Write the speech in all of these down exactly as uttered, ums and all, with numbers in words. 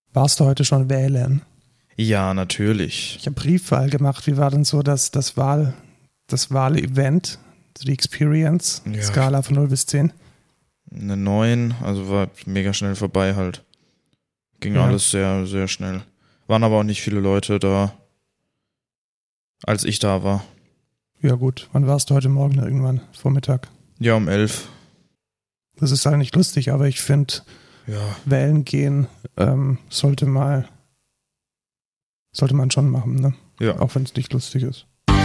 Warst du heute schon wählen? Ja, natürlich. Ich habe Briefwahl gemacht. Wie war denn so das, das Wahl, das Wahlevent, so die Experience, Ja. Skala von null bis zehn? Eine neun, also war mega schnell vorbei halt. Ging Ja. alles sehr, sehr schnell. Waren aber auch nicht viele Leute da, als ich da war. Ja gut, wann warst du heute Morgen irgendwann? Vormittag? Ja, um elf. Das ist halt nicht lustig, aber ich finde, Ja. wählen gehen ähm, sollte mal, sollte man schon machen, ne? Ja. Auch wenn es nicht lustig ist.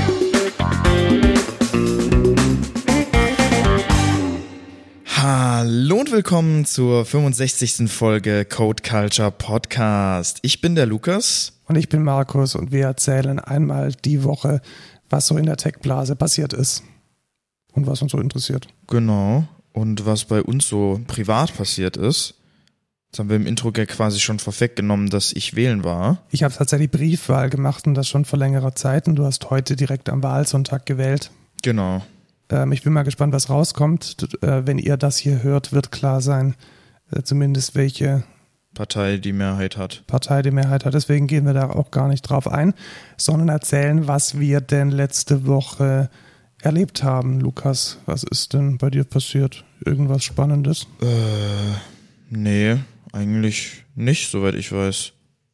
Hallo und willkommen zur fünfundsechzigsten Folge Code Culture Podcast. Ich bin der Lukas. Und ich bin Markus und wir erzählen einmal die Woche, was so in der Tech-Blase passiert ist und was uns so interessiert. Genau. Und was bei uns so privat passiert ist. Jetzt haben wir im Intro-Gag quasi schon vorweggenommen, dass ich wählen war. Ich habe tatsächlich Briefwahl gemacht und das schon vor längerer Zeit und du hast heute direkt am Wahlsonntag gewählt. Genau. Ähm, ich bin mal gespannt, was rauskommt. Äh, wenn ihr das hier hört, wird klar sein, äh, zumindest welche Partei die Mehrheit hat. Partei die Mehrheit hat. Deswegen gehen wir da auch gar nicht drauf ein, sondern erzählen, was wir denn letzte Woche erlebt haben. Lukas, was ist denn bei dir passiert? Irgendwas Spannendes? Äh, nee, eigentlich nicht, soweit ich weiß.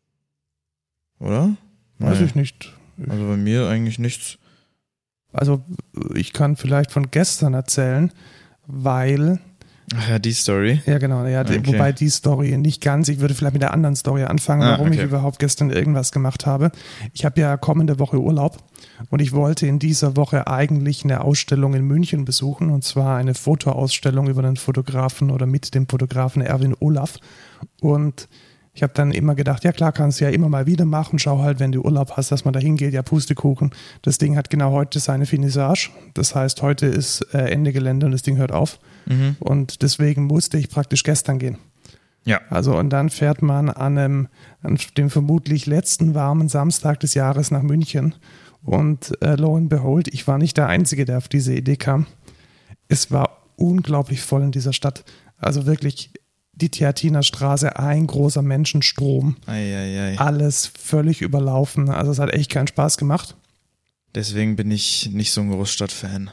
Oder? Weiß Nee. ich nicht. Also bei mir eigentlich nichts. Also ich kann vielleicht von gestern erzählen, weil, Ach ja, die Story. ja genau, ja, die, Okay. wobei die Story nicht ganz, ich würde vielleicht mit der anderen Story anfangen, Ah, warum okay. ich überhaupt gestern irgendwas gemacht habe. Ich habe ja kommende Woche Urlaub und ich wollte in dieser Woche eigentlich eine Ausstellung in München besuchen, und zwar eine Fotoausstellung über den Fotografen oder mit dem Fotografen Erwin Olaf. Und ich habe dann immer gedacht, ja klar, kannst du ja immer mal wieder machen, schau halt, wenn du Urlaub hast, dass man da hingeht, ja Pustekuchen. Das Ding hat genau heute seine Finissage, das heißt, heute ist äh, Ende Gelände und das Ding hört auf. Mhm. Und deswegen musste ich praktisch gestern gehen. Ja. Also und dann fährt man an, einem, an dem vermutlich letzten warmen Samstag des Jahres nach München und äh, lo and behold, ich war nicht der Einzige, der auf diese Idee kam. Es war unglaublich voll in dieser Stadt. Also wirklich die Theatiner Straße, ein großer Menschenstrom, Eieiei. alles völlig überlaufen. Also es hat echt keinen Spaß gemacht. Deswegen bin ich nicht so ein Großstadtfan.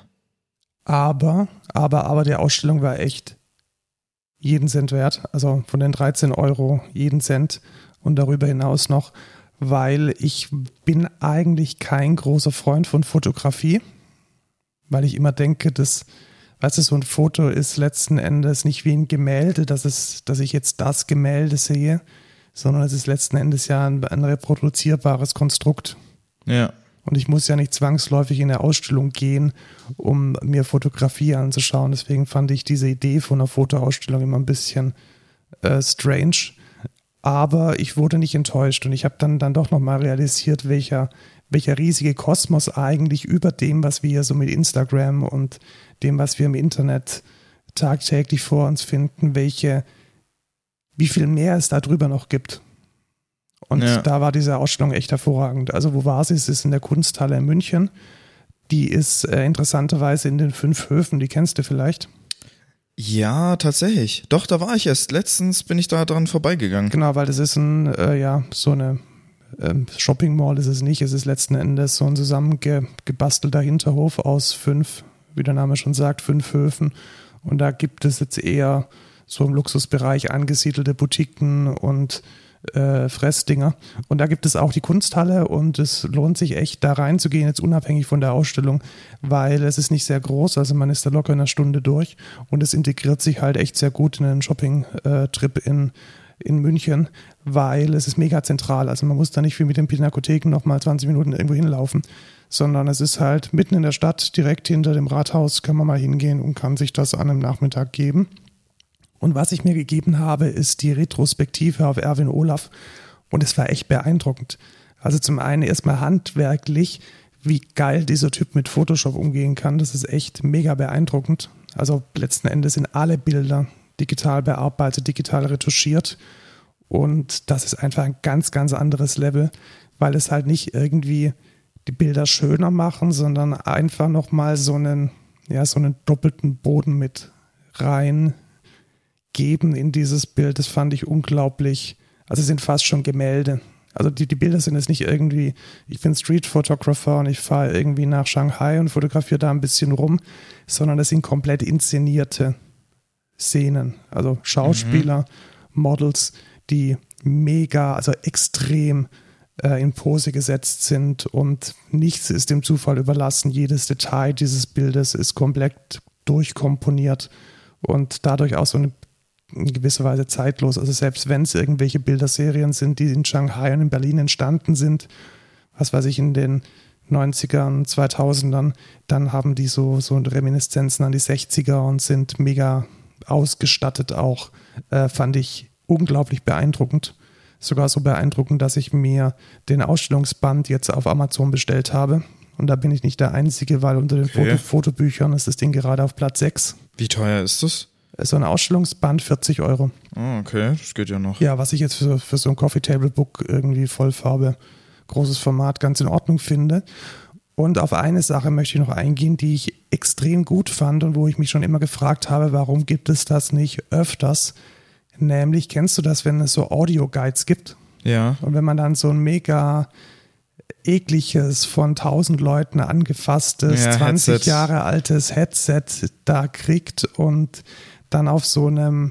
Aber, aber, aber die Ausstellung war echt jeden Cent wert. Also von den dreizehn Euro jeden Cent und darüber hinaus noch, weil ich bin eigentlich kein großer Freund von Fotografie, weil ich immer denke, dass, weißt du, so ein Foto ist letzten Endes nicht wie ein Gemälde, dass, es, dass ich jetzt das Gemälde sehe, sondern es ist letzten Endes ja ein, ein reproduzierbares Konstrukt. Ja. Und ich muss ja nicht zwangsläufig in eine Ausstellung gehen, um mir Fotografie anzuschauen. Deswegen fand ich diese Idee von einer Fotoausstellung immer ein bisschen äh, strange. Aber ich wurde nicht enttäuscht und ich habe dann, dann doch nochmal realisiert, welcher, welcher riesige Kosmos eigentlich über dem, was wir so mit Instagram und dem, was wir im Internet tagtäglich vor uns finden, welche, wie viel mehr es darüber noch gibt. Und Ja. da war diese Ausstellung echt hervorragend. Also wo war sie? Es ist in der Kunsthalle in München. Die ist äh, interessanterweise in den fünf Höfen, die kennst du vielleicht. Ja, tatsächlich. Doch, da war ich erst. Letztens bin ich da dran vorbeigegangen. Genau, weil das ist ein, äh, ja, so eine ähm, Shopping Mall ist es nicht. Es ist letzten Endes so ein zusammengebastelter Hinterhof aus fünf, wie der Name schon sagt, fünf Höfen. Und da gibt es jetzt eher so im Luxusbereich angesiedelte Boutiquen und äh, Fressdinger. Und da gibt es auch die Kunsthalle und es lohnt sich echt, da reinzugehen, jetzt unabhängig von der Ausstellung, weil es ist nicht sehr groß, also man ist da locker in einer Stunde durch und es integriert sich halt echt sehr gut in einen Shopping-Trip in, in München, weil es ist mega zentral, also man muss da nicht wie mit den Pinakotheken nochmal zwanzig Minuten irgendwo hinlaufen, sondern es ist halt mitten in der Stadt, direkt hinter dem Rathaus kann man mal hingehen und kann sich das an einem Nachmittag geben. Und was ich mir gegeben habe, ist die Retrospektive auf Erwin Olaf. Und es war echt beeindruckend. Also zum einen erstmal handwerklich, wie geil dieser Typ mit Photoshop umgehen kann. Das ist echt mega beeindruckend. Also letzten Endes sind alle Bilder digital bearbeitet, digital retuschiert. Und das ist einfach ein ganz, ganz anderes Level, weil es halt nicht irgendwie die Bilder schöner machen, sondern einfach nochmal so einen, ja, so einen doppelten Boden mit rein geben in dieses Bild. Das fand ich unglaublich Also sind fast schon Gemälde. Also die, die Bilder sind jetzt nicht irgendwie, ich bin Street Photographer und ich fahre irgendwie nach Shanghai und fotografiere da ein bisschen rum, sondern das sind komplett inszenierte Szenen. Also Schauspieler, mhm. Models, die mega, also extrem äh, in Pose gesetzt sind und nichts ist dem Zufall überlassen. Jedes Detail dieses Bildes ist komplett durchkomponiert und dadurch auch so eine in gewisser Weise zeitlos. Also selbst wenn es irgendwelche Bilderserien sind, die in Shanghai und in Berlin entstanden sind, was weiß ich, in den neunzigern, zweitausendern, dann haben die so, so Reminiszenzen an die sechziger und sind mega ausgestattet auch. Äh, fand ich unglaublich beeindruckend. Sogar so beeindruckend, dass ich mir den Ausstellungsband jetzt auf Amazon bestellt habe. Und da bin ich nicht der Einzige, weil unter den okay. Foto- Fotobüchern ist das Ding gerade auf Platz sechs. Wie teuer ist das? So ein Ausstellungsband, vierzig Euro. Oh, okay, das geht ja noch. Ja, was ich jetzt für, für so ein Coffee Table Book irgendwie Vollfarbe, großes Format ganz in Ordnung finde. Und auf eine Sache möchte ich noch eingehen, die ich extrem gut fand und wo ich mich schon immer gefragt habe, warum gibt es das nicht öfters? Nämlich, kennst du das, wenn es so Audio-Guides gibt? Ja. Und wenn man dann so ein mega ekliges, von tausend Leuten angefasstes, ja, zwanzig Headset. Jahre altes Headset da kriegt und dann auf so einem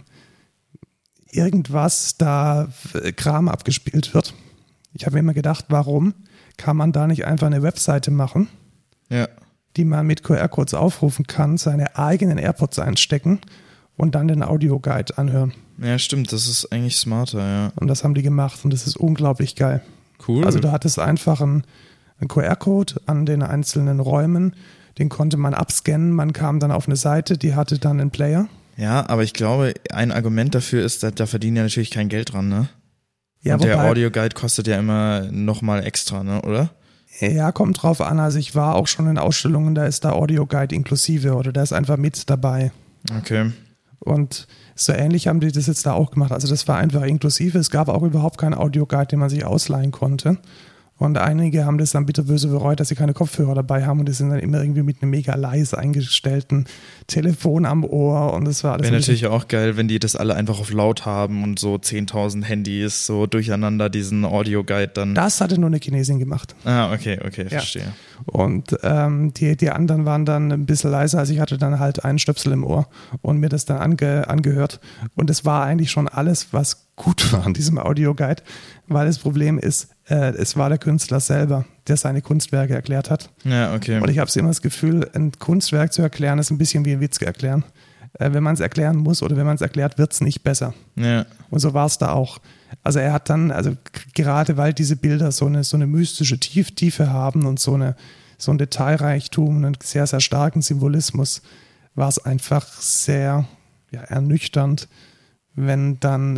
irgendwas da Kram abgespielt wird. Ich habe mir immer gedacht, warum kann man da nicht einfach eine Webseite machen, ja. die man mit Q R-Codes aufrufen kann, seine eigenen AirPods einstecken und dann den Audioguide anhören. Ja, stimmt, das ist eigentlich smarter, ja. Und das haben die gemacht und das ist unglaublich geil. Cool. Also du hattest einfach einen, einen Q R-Code an den einzelnen Räumen, den konnte man abscannen, man kam dann auf eine Seite, die hatte dann einen Player. Ja, aber ich glaube, ein Argument dafür ist, da, da verdienen ja natürlich kein Geld dran, ne? Ja, und wobei, der Audioguide kostet ja immer nochmal extra, ne, oder? Ja, kommt drauf an. Also ich war auch schon in Ausstellungen, da ist der Audioguide inklusive oder der ist einfach mit dabei. Okay. Und so ähnlich haben die das jetzt da auch gemacht. Also das war einfach inklusive. Es gab auch überhaupt keinen Audioguide, den man sich ausleihen konnte. Und einige haben das dann bitterböse bereut, dass sie keine Kopfhörer dabei haben und die sind dann immer irgendwie mit einem mega leise eingestellten Telefon am Ohr und das war alles. Wäre natürlich auch geil, wenn die das alle einfach auf laut haben und so zehntausend Handys so durcheinander diesen Audioguide dann. Das hatte nur eine Chinesin gemacht. Ah, okay, okay, ja. verstehe. Und ähm, die, die anderen waren dann ein bisschen leiser, also ich hatte dann halt einen Stöpsel im Ohr und mir das dann ange, angehört und es war eigentlich schon alles, was gut war an diesem Audioguide, weil das Problem ist, äh, es war der Künstler selber, der seine Kunstwerke erklärt hat. Ja, okay. Und ich habe immer das Gefühl, ein Kunstwerk zu erklären, ist ein bisschen wie ein Witz erklären. Äh, wenn man es erklären muss oder wenn man es erklärt, wird es nicht besser. Ja. Und so war es da auch. Also er hat dann, also gerade weil diese Bilder so eine, so eine mystische Tief, Tiefe haben und so, eine, so ein Detailreichtum und einen sehr, sehr starken Symbolismus, war es einfach sehr ja, ernüchternd, wenn dann,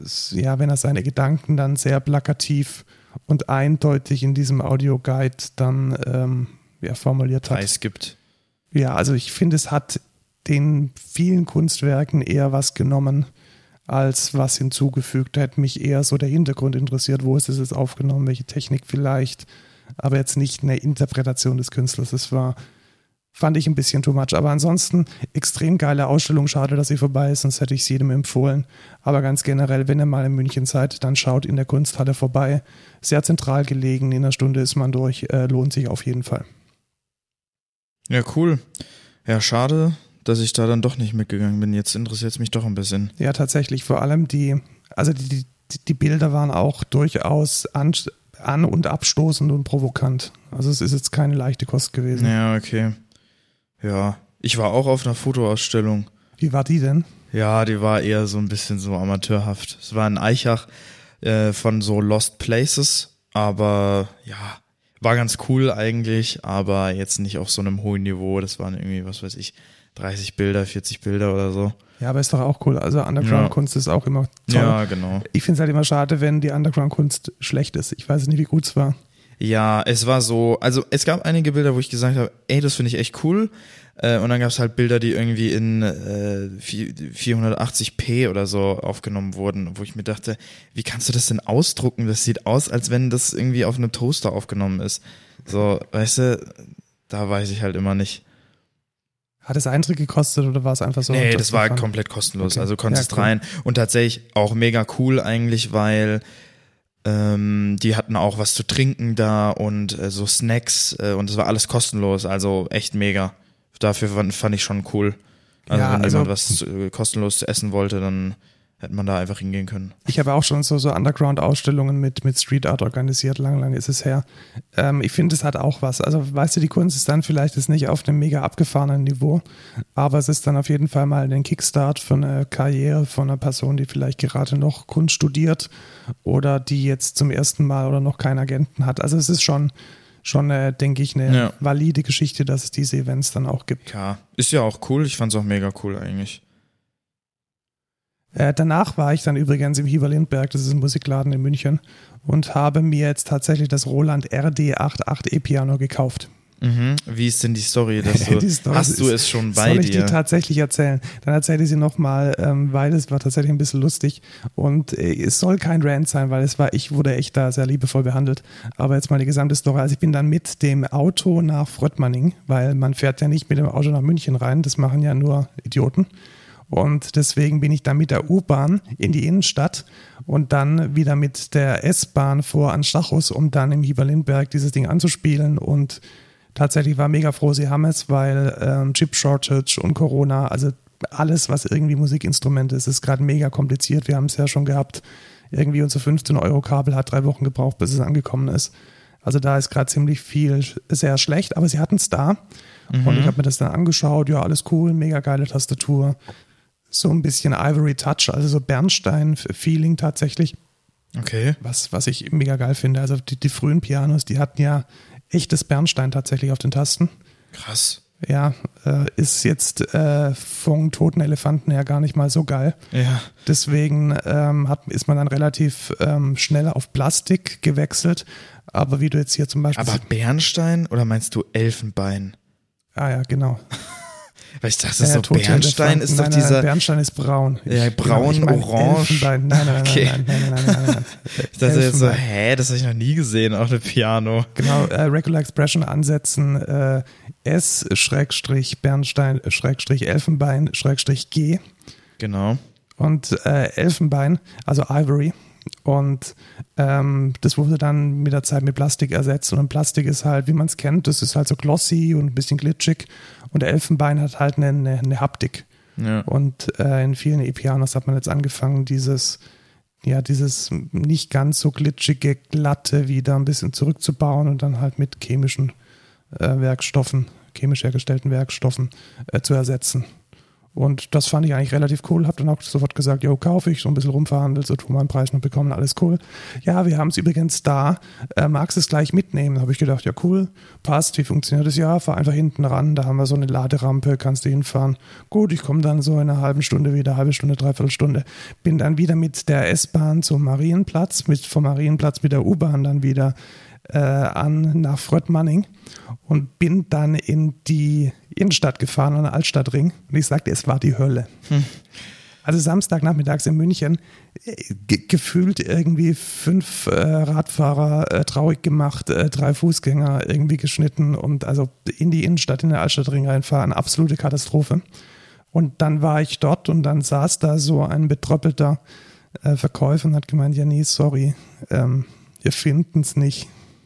ja, wenn er seine Gedanken dann sehr plakativ und eindeutig in diesem Audioguide dann ähm, ja, formuliert hat. Preisgibt. Ja, also ich finde, es hat den vielen Kunstwerken eher was genommen, als was hinzugefügt. Da hätte mich eher so der Hintergrund interessiert, wo ist es jetzt aufgenommen, welche Technik vielleicht, aber jetzt nicht eine Interpretation des Künstlers. Das war, fand ich ein bisschen too much. Aber ansonsten extrem geile Ausstellung. Schade, dass sie vorbei ist, sonst hätte ich es jedem empfohlen. Aber ganz generell, wenn ihr mal in München seid, dann schaut in der Kunsthalle vorbei. Sehr zentral gelegen, in einer Stunde ist man durch. Äh, lohnt sich auf jeden Fall. Ja, cool. Ja, schade, dass ich da dann doch nicht mitgegangen bin. Jetzt interessiert es mich doch ein bisschen. Ja, tatsächlich. Vor allem die, also die, die, die Bilder waren auch durchaus an, an- und abstoßend und provokant. Also es ist jetzt keine leichte Kost gewesen. Ja, okay. Ja, ich war auch auf einer Fotoausstellung. Wie war die denn? Ja, die war eher so ein bisschen so amateurhaft. Es war in Eichach äh, von so Lost Places, aber ja, war ganz cool eigentlich, aber jetzt nicht auf so einem hohen Niveau. Das waren irgendwie, was weiß ich, dreißig Bilder, vierzig Bilder oder so. Ja, aber ist doch auch cool. Also Underground-Kunst ist auch immer toll. Ja, genau. Ich finde es halt immer schade, wenn die Underground-Kunst schlecht ist. Ich weiß nicht, wie gut es war. Ja, es war so, also es gab einige Bilder, wo ich gesagt habe, ey, das finde ich echt cool. Äh, und dann gab es halt Bilder, die irgendwie in äh, vierhundertachtzig p oder so aufgenommen wurden, wo ich mir dachte, wie kannst du das denn ausdrucken? Das sieht aus, als wenn das irgendwie auf einem Toaster aufgenommen ist. So, weißt du, da weiß ich halt immer nicht. Hat es Eintritt gekostet oder war es einfach so? Nee, das war Fun? komplett kostenlos. Okay. Also konntest ja, cool. rein. Und tatsächlich auch mega cool eigentlich, weil ähm, die hatten auch was zu trinken da und äh, so Snacks äh, und es war alles kostenlos. Also echt mega. Dafür fand, fand ich schon cool. Also ja, wenn also, jemand was äh, kostenlos zu essen wollte, dann hätte man da einfach hingehen können. Ich habe auch schon so, so Underground-Ausstellungen mit, mit Street Art organisiert, lang, lang ist es her. Ähm, ich finde, es hat auch was. Also weißt du, die Kunst ist dann vielleicht ist nicht auf einem mega abgefahrenen Niveau, aber es ist dann auf jeden Fall mal ein Kickstart für eine Karriere von einer Person, die vielleicht gerade noch Kunst studiert oder die jetzt zum ersten Mal oder noch keinen Agenten hat. Also es ist schon, schon äh, denke ich, eine ja. valide Geschichte, dass es diese Events dann auch gibt. Ja, ist ja auch cool. Ich fand es auch mega cool eigentlich. Äh, danach war ich dann übrigens im Hieber Lindberg, das ist ein Musikladen in München, und habe mir jetzt tatsächlich das Roland R D achtundachtzig E-Piano gekauft. Mhm. Wie ist denn die Story? Dass du, die Story hast du es schon bei dir? Soll ich dir? die tatsächlich erzählen? Dann erzähle ich sie nochmal, ähm, weil es war tatsächlich ein bisschen lustig und äh, es soll kein Rant sein, weil es war, ich wurde echt da sehr liebevoll behandelt, aber jetzt mal die gesamte Story. Also ich bin dann mit dem Auto nach Fröttmanning, weil man fährt ja nicht mit dem Auto nach München rein, das machen ja nur Idioten. Und deswegen bin ich dann mit der U-Bahn in die Innenstadt und dann wieder mit der S-Bahn vor an Stachus, um dann im Hieber Lindberg dieses Ding anzuspielen. Und tatsächlich war mega froh, sie haben es, weil ähm, Chip Shortage und Corona, also alles, was irgendwie Musikinstrumente ist, ist gerade mega kompliziert. Wir haben es ja schon gehabt, irgendwie unser fünfzehn Euro Kabel hat drei Wochen gebraucht, bis es angekommen ist. Also da ist gerade ziemlich viel sehr schlecht, aber sie hatten es da. Mhm. Und ich habe mir das dann angeschaut, ja, alles cool, mega geile Tastatur. So ein bisschen Ivory Touch, also so Bernstein-Feeling tatsächlich. Okay. Was, was ich mega geil finde. Also die, die frühen Pianos, die hatten ja echtes Bernstein tatsächlich auf den Tasten. Krass. Ja, äh, ist jetzt äh, vom toten Elefanten her gar nicht mal so geil. Ja. Deswegen ähm, hat, ist man dann relativ ähm, schnell auf Plastik gewechselt. Aber wie du jetzt hier zum Beispiel... Aber Bernstein oder meinst du Elfenbein? Ah ja, genau. Weil ich dachte, so Bernstein ist doch nein, nein, dieser... Bernstein ist braun. Ja, braun, genau, ich mein orange. Elfenbein. Nein, nein, okay. nein, nein, nein, nein, nein, nein, nein. Ich dachte jetzt so, hä, das habe ich noch nie gesehen auf dem Piano. Genau, äh, Regular Expression ansetzen, äh, S-Bernstein, Elfenbein, G. Genau. Und äh, Elfenbein, also Ivory. Und ähm, das wurde dann mit der Zeit mit Plastik ersetzt. Und Plastik ist halt, wie man es kennt, das ist halt so glossy und ein bisschen glitschig. Und Elfenbein hat halt eine, eine, eine Haptik. Ja. Und äh, in vielen E-Pianos hat man jetzt angefangen, dieses, ja, dieses nicht ganz so glitschige, glatte wieder ein bisschen zurückzubauen und dann halt mit chemischen äh, Werkstoffen, chemisch hergestellten Werkstoffen äh, zu ersetzen. Und das fand ich eigentlich relativ cool. Hab dann auch sofort gesagt, jo, kaufe ich, so ein bisschen rumverhandelt, so tun wir einen Preis noch bekommen, alles cool. Ja, wir haben es übrigens da, äh, magst du es gleich mitnehmen? Da habe ich gedacht, ja cool, passt, wie funktioniert das? Ja, fahr einfach hinten ran, da haben wir so eine Laderampe, kannst du hinfahren. Gut, ich komme dann so in einer halben Stunde wieder, halbe Stunde, dreiviertel Stunde. Bin dann wieder mit der S-Bahn zum Marienplatz, mit, vom Marienplatz mit der U-Bahn dann wieder äh, an nach Fröttmanning und bin dann in die Innenstadt gefahren, an den Altstadtring. Und ich sagte, es war die Hölle. Hm. Also Samstagnachmittags in München, ge- gefühlt irgendwie fünf äh, Radfahrer äh, traurig gemacht, äh, drei Fußgänger irgendwie geschnitten und also in die Innenstadt, in den Altstadtring reinfahren, absolute Katastrophe. Und dann war ich dort und dann saß da so ein betröppelter äh, Verkäufer und hat gemeint, ja nee, sorry, ähm, wir finden es nicht.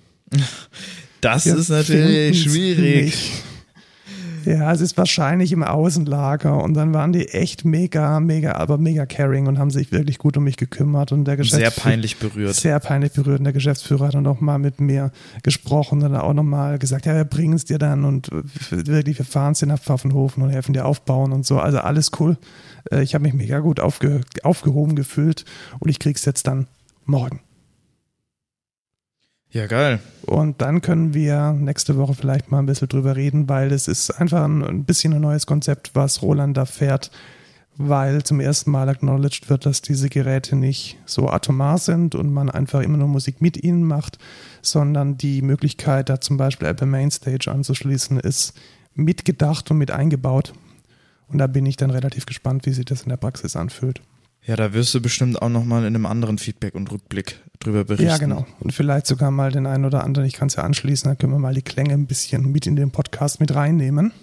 Das wir ist natürlich schwierig. Nicht. Ja, es ist wahrscheinlich im Außenlager und dann waren die echt mega, mega, aber mega caring und haben sich wirklich gut um mich gekümmert und der Geschäftsführer sehr peinlich berührt. Sehr peinlich berührt und der Geschäftsführer hat dann auch mal mit mir gesprochen und dann auch nochmal gesagt, ja, wir bringen es dir dann und wirklich, wir fahren es dir nach Pfaffenhofen und helfen dir aufbauen und so, also alles cool. Ich habe mich mega gut aufge, aufgehoben gefühlt und ich krieg's jetzt dann morgen. Ja, geil. Und dann können wir nächste Woche vielleicht mal ein bisschen drüber reden, weil es ist einfach ein bisschen ein neues Konzept, was Roland da fährt, weil zum ersten Mal acknowledged wird, dass diese Geräte nicht so atomar sind und man einfach immer nur Musik mit ihnen macht, sondern die Möglichkeit, da zum Beispiel Apple Mainstage anzuschließen, ist mitgedacht und mit eingebaut. Und da bin ich dann relativ gespannt, wie sich das in der Praxis anfühlt. Ja, da wirst du bestimmt auch nochmal in einem anderen Feedback und Rückblick drüber berichten. Ja, genau. Und vielleicht sogar mal den einen oder anderen, ich kann es ja anschließen, dann können wir mal die Klänge ein bisschen mit in den Podcast mit reinnehmen.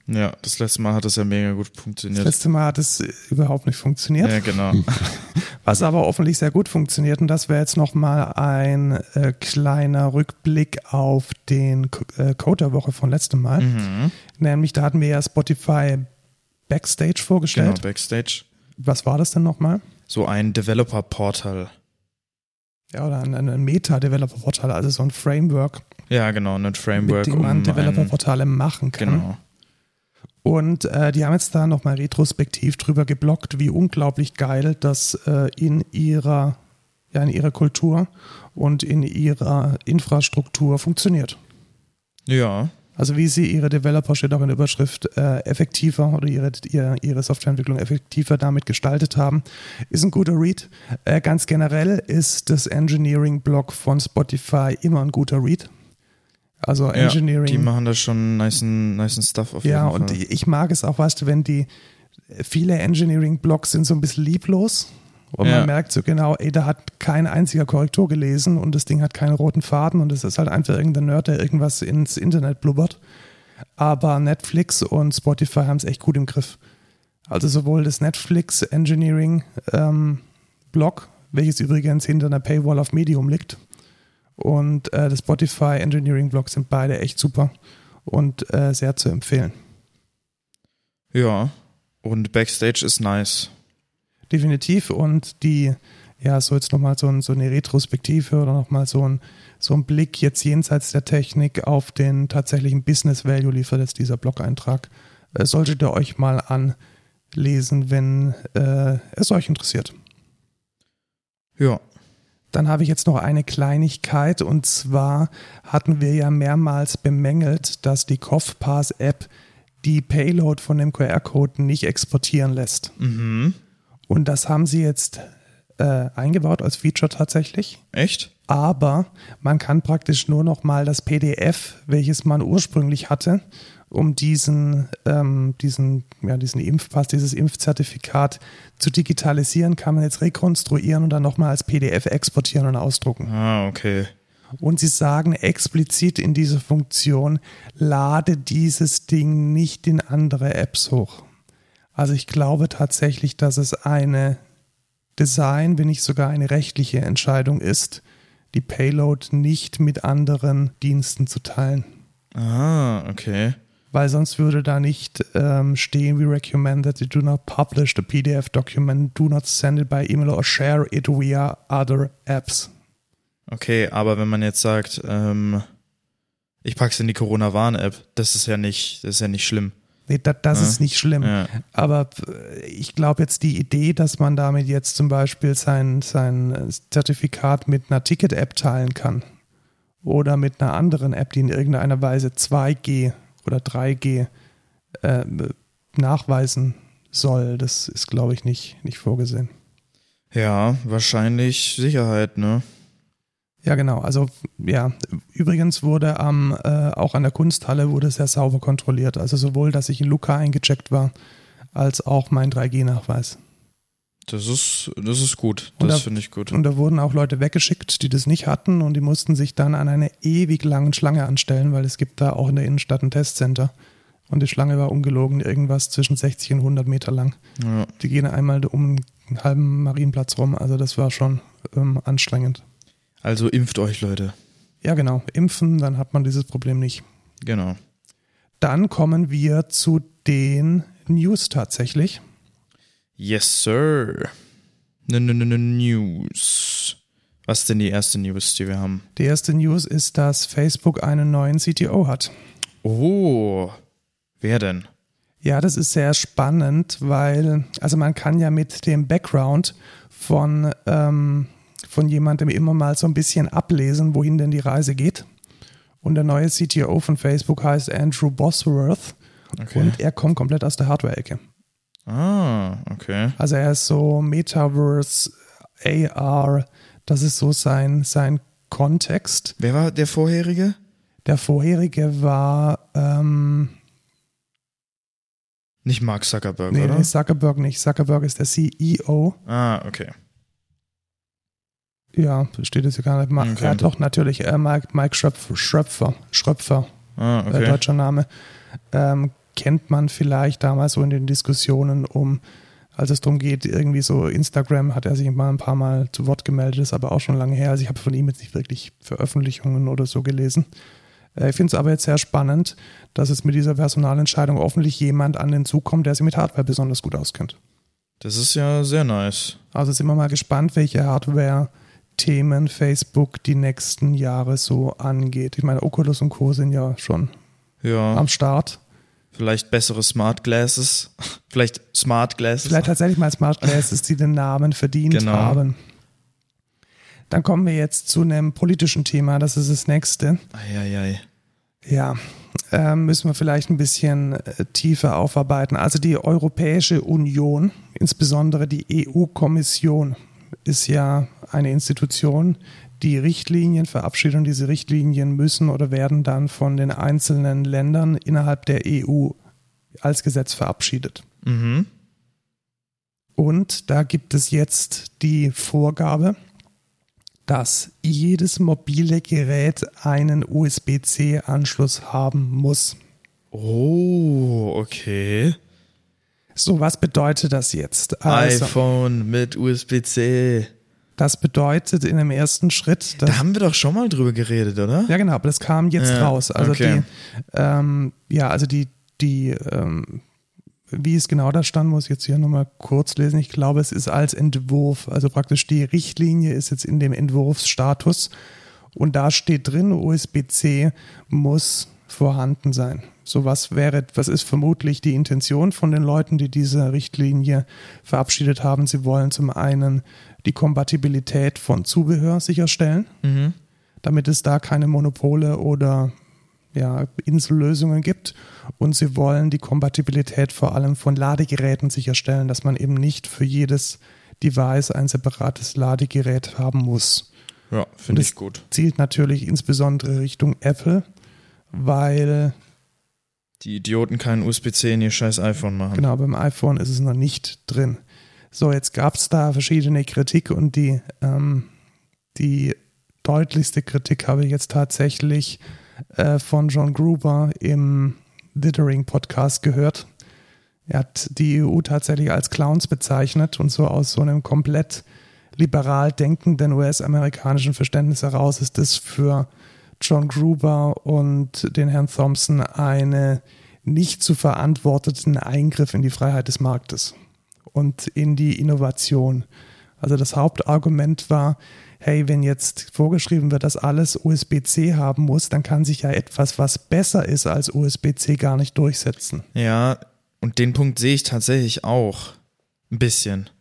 Ja, das letzte Mal hat es ja mega gut funktioniert. Das letzte Mal hat es überhaupt nicht funktioniert. Ja, genau. Was aber offensichtlich sehr gut funktioniert, und das wäre jetzt nochmal ein äh, kleiner Rückblick auf den äh, Code der Woche von letztem Mal. Mhm. Nämlich, da hatten wir ja Spotify Backstage vorgestellt. Genau, Backstage. Was war das denn nochmal? So ein Developer-Portal. Ja, oder ein, ein Meta-Developer-Portal, also so ein Framework. Ja, genau, ein Framework, mit dem man um Developer-Portale machen kann. Genau. Und äh, die haben jetzt da nochmal retrospektiv drüber geblockt, wie unglaublich geil das äh, in ihrer, ja, in ihrer Kultur und in ihrer Infrastruktur funktioniert. Ja. Also wie sie ihre Developer, steht auch in der Überschrift, äh, effektiver oder ihre, ihre, ihre Softwareentwicklung effektiver damit gestaltet haben, ist ein guter Read. Äh, ganz generell ist das Engineering-Blog von Spotify immer ein guter Read. Also Engineering. Ja, die machen da schon nice, nice Stuff auf jeden Ja, Fall. und ich mag es auch, weißt du, wenn die, viele Engineering-Blogs sind so ein bisschen lieblos und Ja. man merkt so genau, ey, da hat kein einziger Korrektur gelesen und das Ding hat keinen roten Faden und es ist halt einfach irgendein Nerd, der irgendwas ins Internet blubbert. Aber Netflix und Spotify haben es echt gut im Griff. Also sowohl das Netflix Engineering ähm, Blog, welches übrigens hinter einer Paywall auf Medium liegt, und äh, das Spotify Engineering Blog sind beide echt super und äh, sehr zu empfehlen. Ja, und Backstage ist nice. Definitiv, und die, ja, so jetzt nochmal so, ein, so eine Retrospektive oder nochmal so ein, so ein Blick jetzt jenseits der Technik auf den tatsächlichen Business Value liefert jetzt dieser Blog-Eintrag. Äh, solltet ihr euch mal anlesen, wenn äh, es euch interessiert. Ja. Dann habe ich jetzt noch eine Kleinigkeit, und zwar hatten wir ja mehrmals bemängelt, dass die CoughPass-App die Payload von dem Q R-Code nicht exportieren lässt. Mhm. Und das haben sie jetzt äh, eingebaut als Feature tatsächlich. Echt? Aber man kann praktisch nur noch mal das P D F, welches man ursprünglich hatte, um diesen, ähm, diesen, ja, diesen Impfpass, dieses Impfzertifikat zu digitalisieren, kann man jetzt rekonstruieren und dann nochmal als P D F exportieren und ausdrucken. Ah, okay. Und sie sagen explizit in dieser Funktion, lade dieses Ding nicht in andere Apps hoch. Also ich glaube tatsächlich, dass es eine Design, wenn nicht sogar eine rechtliche Entscheidung ist, die Payload nicht mit anderen Diensten zu teilen. Ah, okay. Weil sonst würde da nicht ähm, stehen, we recommend that you do not publish the P D F document, do not send it by email or share it via other apps. Okay, aber wenn man jetzt sagt, ähm, ich pack's in die Corona-Warn-App, das ist ja nicht, das ist ja nicht schlimm. Nee, das, das Ja. ist nicht schlimm. Ja. Aber ich glaube jetzt die Idee, dass man damit jetzt zum Beispiel sein, sein Zertifikat mit einer Ticket-App teilen kann oder mit einer anderen App, die in irgendeiner Weise zwei G oder drei G äh, nachweisen soll, das ist, glaube ich, nicht, nicht vorgesehen. Ja, wahrscheinlich Sicherheit, ne? Ja, genau. Also ja, übrigens wurde am äh, auch an der Kunsthalle wurde sehr sauber kontrolliert. Also sowohl, dass ich in Luca eingecheckt war, als auch mein drei G Nachweis. Das ist, das ist gut. Und Das da- finde ich gut. Und da wurden auch Leute weggeschickt, die das nicht hatten, und die mussten sich dann an einer ewig langen Schlange anstellen, weil es gibt da auch in der Innenstadt ein Testcenter. Und die Schlange war ungelogen irgendwas zwischen sechzig und hundert Meter lang. Ja. Die gehen einmal um einen halben Marienplatz rum. Also das war schon ähm, anstrengend. Also impft euch, Leute. Ja, genau. Impfen, dann hat man dieses Problem nicht. Genau. Dann kommen wir zu den News tatsächlich. Yes, sir. N -n -n -n News. Was ist denn die erste News, die wir haben? Die erste News ist, dass Facebook einen neuen C T O hat. Oh, wer denn? Ja, das ist sehr spannend, weil, also man kann ja mit dem Background von, ähm, von jemandem immer mal so ein bisschen ablesen, wohin denn die Reise geht. Und der neue C T O von Facebook heißt Andrew Bosworth, Okay. und er kommt komplett aus der Hardware-Ecke. Ah, okay. Also er ist so Metaverse, A R, das ist so sein, sein Kontext. Wer war der vorherige? Der vorherige war, ähm, Nicht Mark Zuckerberg, nee, oder? nee, Zuckerberg nicht. Zuckerberg ist der C E O. Ah, okay. Ja, steht jetzt hier gar nicht. Okay. Ja, doch, natürlich. Äh, Mike, Mike Schröpfer, Schröpfer, Schröpfer Ah, äh, okay. deutscher Name. Ähm, kennt man vielleicht damals so in den Diskussionen um, als es darum geht, irgendwie so Instagram, hat er sich mal ein paar Mal zu Wort gemeldet, ist aber auch schon lange her. Also ich habe von ihm jetzt nicht wirklich Veröffentlichungen oder so gelesen. Ich finde es aber jetzt sehr spannend, dass es mit dieser Personalentscheidung hoffentlich jemand an den Zug kommt, der sich mit Hardware besonders gut auskennt. Das ist ja sehr nice. Also sind wir mal gespannt, welche Hardware-Themen Facebook die nächsten Jahre so angeht. Ich meine, Oculus und Co. sind ja schon ja. am Start. Vielleicht bessere Smart Glasses. Vielleicht Smart Glasses. Vielleicht tatsächlich mal Smart Glasses, die den Namen verdient genau. haben. Dann kommen wir jetzt zu einem politischen Thema. Das ist das nächste. Eieiei. Ja, äh, müssen wir vielleicht ein bisschen äh, tiefer aufarbeiten. Also die Europäische Union, insbesondere die E U-Kommission, ist ja eine Institution, die Richtlinien verabschiedet, und diese Richtlinien müssen oder werden dann von den einzelnen Ländern innerhalb der E U als Gesetz verabschiedet. Mhm. Und da gibt es jetzt die Vorgabe, dass jedes mobile Gerät einen U S B C Anschluss haben muss. Oh, okay. So, was bedeutet das jetzt? Also, iPhone mit U S B C. Das bedeutet in dem ersten Schritt... Da haben wir doch schon mal drüber geredet, oder? Ja, genau, aber das kam jetzt ja, raus. Also okay. die, ähm, ja, also die, die, ähm, wie es genau da stand, muss ich jetzt hier nochmal kurz lesen. Ich glaube, es ist als Entwurf, also praktisch die Richtlinie ist jetzt in dem Entwurfsstatus und da steht drin, U S B C muss vorhanden sein. So was wäre, was ist vermutlich die Intention von den Leuten, die diese Richtlinie verabschiedet haben. Sie wollen zum einen die Kompatibilität von Zubehör sicherstellen, mhm. damit es da keine Monopole oder ja, Insellösungen gibt. Und sie wollen die Kompatibilität vor allem von Ladegeräten sicherstellen, dass man eben nicht für jedes Device ein separates Ladegerät haben muss. Ja, finde ich gut. Zielt natürlich insbesondere Richtung Apple, weil die Idioten keinen U S B C in ihr scheiß iPhone machen. Genau, beim iPhone ist es noch nicht drin. So, jetzt gab es da verschiedene Kritik und die, ähm, die deutlichste Kritik habe ich jetzt tatsächlich äh, von John Gruber im Dithering-Podcast gehört. Er hat die E U tatsächlich als Clowns bezeichnet und so aus so einem komplett liberal denkenden U S-amerikanischen Verständnis heraus ist das für John Gruber und den Herrn Thompson eine nicht zu verantworteten Eingriff in die Freiheit des Marktes und in die Innovation. Also das Hauptargument war, hey, wenn jetzt vorgeschrieben wird, dass alles U S B C haben muss, dann kann sich ja etwas, was besser ist als U S B C, gar nicht durchsetzen. Ja, und den Punkt sehe ich tatsächlich auch ein bisschen.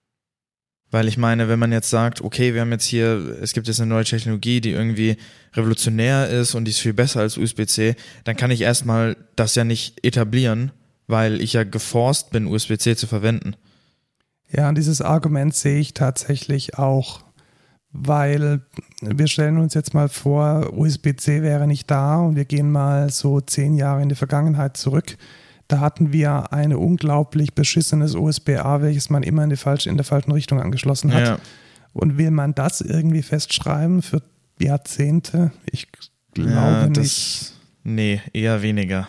Weil ich meine, wenn man jetzt sagt, okay, wir haben jetzt hier, es gibt jetzt eine neue Technologie, die irgendwie revolutionär ist und die ist viel besser als U S B C, dann kann ich erstmal das ja nicht etablieren, weil ich ja geforst bin, U S B C zu verwenden. Ja, und dieses Argument sehe ich tatsächlich auch, weil wir stellen uns jetzt mal vor, U S B C wäre nicht da und wir gehen mal so zehn Jahre in die Vergangenheit zurück. Da hatten wir ein unglaublich beschissenes U S B A, welches man immer in, die falsche, in der falschen Richtung angeschlossen hat. Ja. Und will man das irgendwie festschreiben für Jahrzehnte? Ich glaube ja, das, nicht. Nee, eher weniger.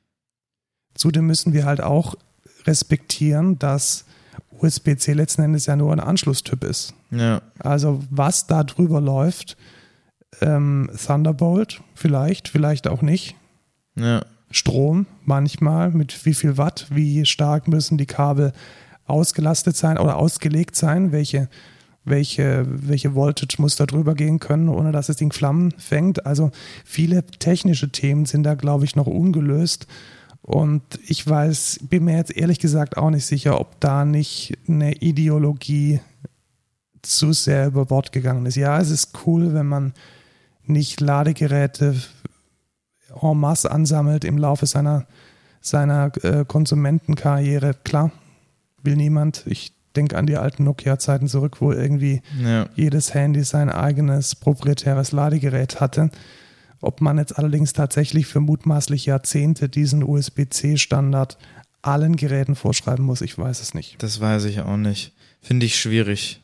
Zudem müssen wir halt auch respektieren, dass U S B C letzten Endes ja nur ein Anschlusstyp ist. Ja. Also was da drüber läuft, ähm, Thunderbolt vielleicht, vielleicht auch nicht. Ja. Strom manchmal, mit wie viel Watt, wie stark müssen die Kabel ausgelastet sein oder ausgelegt sein, welche, welche, welche Voltage muss da drüber gehen können, ohne dass das Ding Flammen fängt. Also viele technische Themen sind da, glaube ich, noch ungelöst. Und ich weiß, bin mir jetzt ehrlich gesagt auch nicht sicher, ob da nicht eine Ideologie zu sehr über Bord gegangen ist. Ja, es ist cool, wenn man nicht Ladegeräte en masse ansammelt im Laufe seiner, seiner äh, Konsumentenkarriere. Klar, will niemand. Ich denke an die alten Nokia-Zeiten zurück, wo irgendwie ja. jedes Handy sein eigenes proprietäres Ladegerät hatte. Ob man jetzt allerdings tatsächlich für mutmaßlich Jahrzehnte diesen U S B C-Standard allen Geräten vorschreiben muss, ich weiß es nicht. Das weiß ich auch nicht. Finde ich schwierig.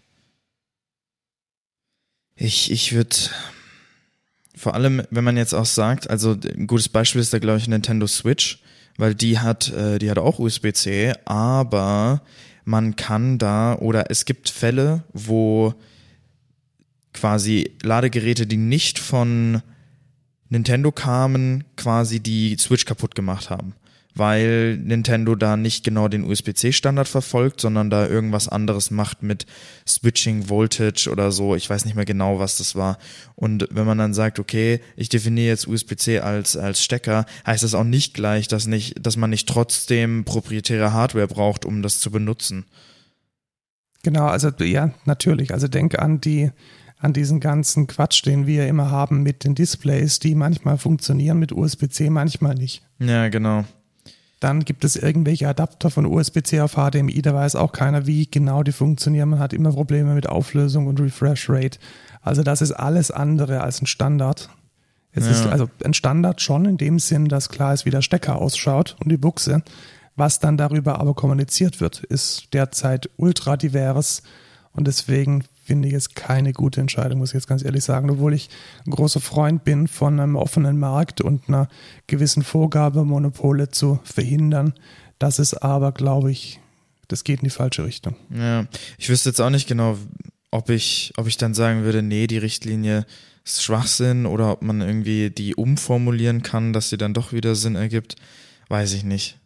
Ich, ich würde... Vor allem, wenn man jetzt auch sagt, also ein gutes Beispiel ist da, glaube ich, Nintendo Switch, weil die hat, äh, die hat auch U S B C, aber man kann da, oder es gibt Fälle, wo quasi Ladegeräte, die nicht von Nintendo kamen, quasi die Switch kaputt gemacht haben, weil Nintendo da nicht genau den U S B C-Standard verfolgt, sondern da irgendwas anderes macht mit Switching Voltage oder so. Ich weiß nicht mehr genau, was das war. Und wenn man dann sagt, okay, ich definiere jetzt U S B C als als Stecker, heißt das auch nicht gleich, dass nicht, dass man nicht trotzdem proprietäre Hardware braucht, um das zu benutzen. Genau, also ja, natürlich. Also denk an die an diesen ganzen Quatsch, den wir immer haben mit den Displays, die manchmal funktionieren mit U S B C, manchmal nicht. Ja, genau. Dann gibt es irgendwelche Adapter von U S B C auf H D M I, da weiß auch keiner, wie genau die funktionieren. Man hat immer Probleme mit Auflösung und Refresh Rate. Also das ist alles andere als ein Standard. Es Ja. ist also ein Standard schon in dem Sinn, dass klar ist, wie der Stecker ausschaut und die Buchse. Was dann darüber aber kommuniziert wird, ist derzeit ultra divers und deswegen finde ich es keine gute Entscheidung, muss ich jetzt ganz ehrlich sagen, obwohl ich ein großer Freund bin von einem offenen Markt und einer gewissen Vorgabe, Monopole zu verhindern. Das ist aber, glaube ich, das geht in die falsche Richtung. Ja, ich wüsste jetzt auch nicht genau, ob ich, ob ich dann sagen würde, nee, die Richtlinie ist Schwachsinn oder ob man irgendwie die umformulieren kann, dass sie dann doch wieder Sinn ergibt. Weiß ich nicht.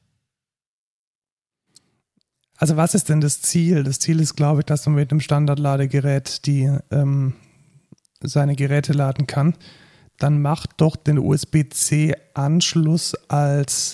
Also was ist denn das Ziel? Das Ziel ist, glaube ich, dass man mit einem Standardladegerät die ähm, seine Geräte laden kann. Dann macht doch den U S B C-Anschluss als,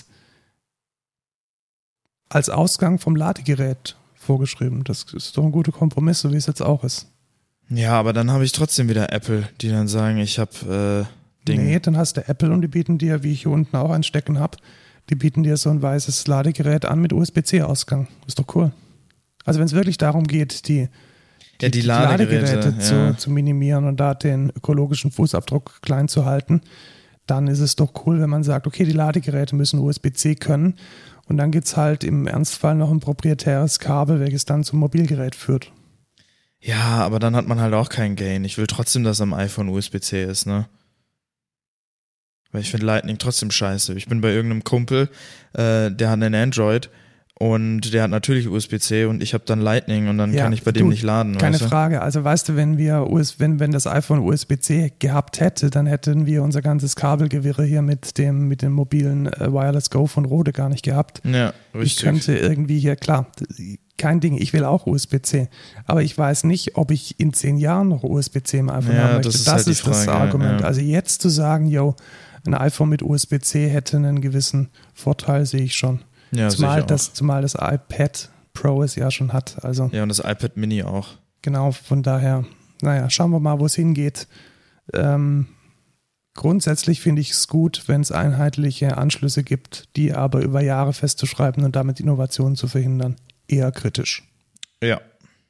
als Ausgang vom Ladegerät vorgeschrieben. Das ist doch ein guter Kompromiss, so wie es jetzt auch ist. Ja, aber dann habe ich trotzdem wieder Apple, die dann sagen, ich habe äh, Ding. Nee, dann hast du Apple und die bieten dir, wie ich hier unten auch einstecken habe, die bieten dir so ein weißes Ladegerät an mit U S B C-Ausgang. Ist doch cool. Also wenn es wirklich darum geht, die, die, Ja, die die Ladegeräte, Ladegeräte zu, ja. zu minimieren und da den ökologischen Fußabdruck klein zu halten, dann ist es doch cool, wenn man sagt, okay, die Ladegeräte müssen U S B C können und dann gibt es halt im Ernstfall noch ein proprietäres Kabel, welches dann zum Mobilgerät führt. Ja, aber dann hat man halt auch keinen Gain. Ich will trotzdem, dass am iPhone U S B C ist, ne? Weil ich finde Lightning trotzdem scheiße. Ich bin bei irgendeinem Kumpel, äh, der hat einen Android und der hat natürlich U S B C und ich habe dann Lightning und dann Ja, kann ich bei du, dem nicht laden. Keine weißt du? Frage. Also weißt du, wenn wir U S, wenn, wenn das iPhone U S B C gehabt hätte, dann hätten wir unser ganzes Kabelgewirre hier mit dem, mit dem mobilen äh, Wireless Go von Rode gar nicht gehabt. Ja, richtig. Ich könnte irgendwie hier, klar, kein Ding, ich will auch U S B C. Aber ich weiß nicht, ob ich in zehn Jahren noch U S B C im iPhone Ja, haben möchte. das Das ist ist, halt die das Frage, Argument. ja. Also jetzt zu sagen, yo, ein iPhone mit U S B C hätte einen gewissen Vorteil, sehe ich schon. Ja, zumal, sehe ich auch. das, zumal das iPad Pro es ja schon hat. Also Ja, und das iPad Mini auch. genau, von daher, naja, schauen wir mal, wo es hingeht. Ähm, grundsätzlich finde ich es gut, wenn es einheitliche Anschlüsse gibt, die aber über Jahre festzuschreiben und damit Innovationen zu verhindern. Eher kritisch. Ja.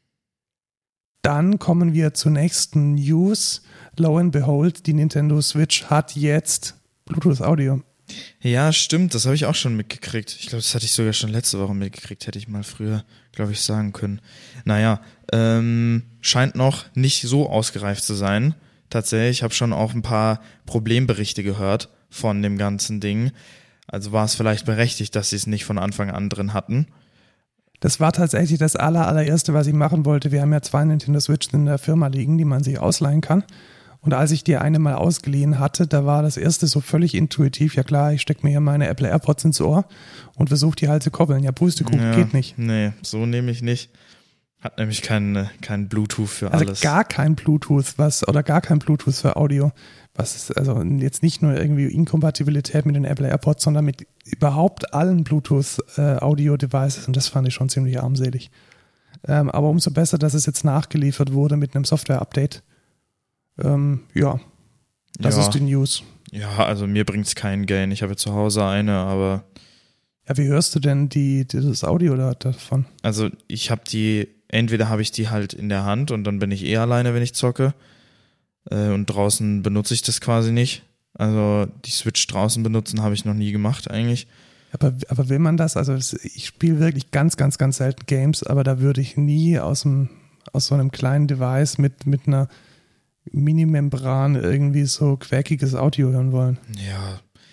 Dann kommen wir zur nächsten News. Lo and behold, die Nintendo Switch hat jetzt Bluetooth Audio. Ja, stimmt, das habe ich auch schon mitgekriegt. Ich glaube, das hatte ich sogar schon letzte Woche mitgekriegt, hätte ich mal früher, glaube ich, sagen können. Naja, ähm, scheint noch nicht so ausgereift zu sein. Tatsächlich, ich habe schon auch ein paar Problemberichte gehört von dem ganzen Ding. Also war es vielleicht berechtigt, dass sie es nicht von Anfang an drin hatten. Das war tatsächlich das aller, allererste, was ich machen wollte. Wir haben ja zwei Nintendo Switch in der Firma liegen, die man sich ausleihen kann. Und als ich die eine mal ausgeliehen hatte, da war das erste so völlig intuitiv. Ja klar, ich stecke mir hier meine Apple AirPods ins Ohr und versuche die halt zu koppeln. Ja, Pustekuchen, Ja, geht nicht. Nee, so nehme ich nicht. Hat nämlich kein, kein Bluetooth für Also alles. gar kein Bluetooth, was, oder gar kein Bluetooth für Audio. Was ist, also jetzt nicht nur irgendwie Inkompatibilität mit den Apple AirPods, sondern mit überhaupt allen Bluetooth-Audio-Devices. Und das fand ich schon ziemlich armselig. Ähm, aber umso besser, dass es jetzt nachgeliefert wurde mit einem Software-Update. Ähm, ja, das Ja. ist die News. Ja, also mir bringt's keinen Gain. Ich habe zu Hause eine, aber Ja, wie hörst du denn die, die das Audio da, davon? also ich habe die, entweder habe ich die halt in der Hand und dann bin ich eh alleine, wenn ich zocke. Äh, und draußen benutze ich das quasi nicht. Also die Switch draußen benutzen habe ich noch nie gemacht eigentlich. Aber, aber will man das? Also es- ich spiele wirklich ganz, ganz, ganz selten Games, aber da würde ich nie aus, dem, aus so einem kleinen Device mit, mit einer Minimembran irgendwie so quäkiges Audio hören wollen. Ja,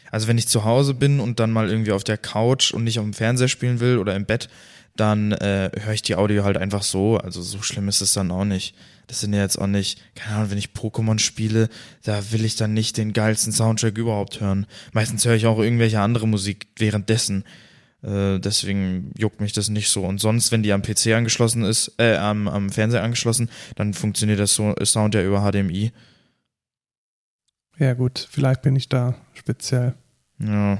Also wenn ich zu Hause bin und dann mal irgendwie auf der Couch und nicht auf dem Fernseher spielen will oder im Bett, dann äh, höre ich die Audio halt einfach so. Also so schlimm ist es dann auch nicht. Das sind ja jetzt auch nicht, keine Ahnung, wenn ich Pokémon spiele, da will ich dann nicht den geilsten Soundtrack überhaupt hören. Meistens höre ich auch irgendwelche andere Musik währenddessen. Äh, deswegen juckt mich das nicht so. Und sonst, wenn die am P C angeschlossen ist, äh, am, am Fernseher angeschlossen, dann funktioniert das so, Sound ja über H D M I. Ja gut, vielleicht bin ich da speziell. Ja.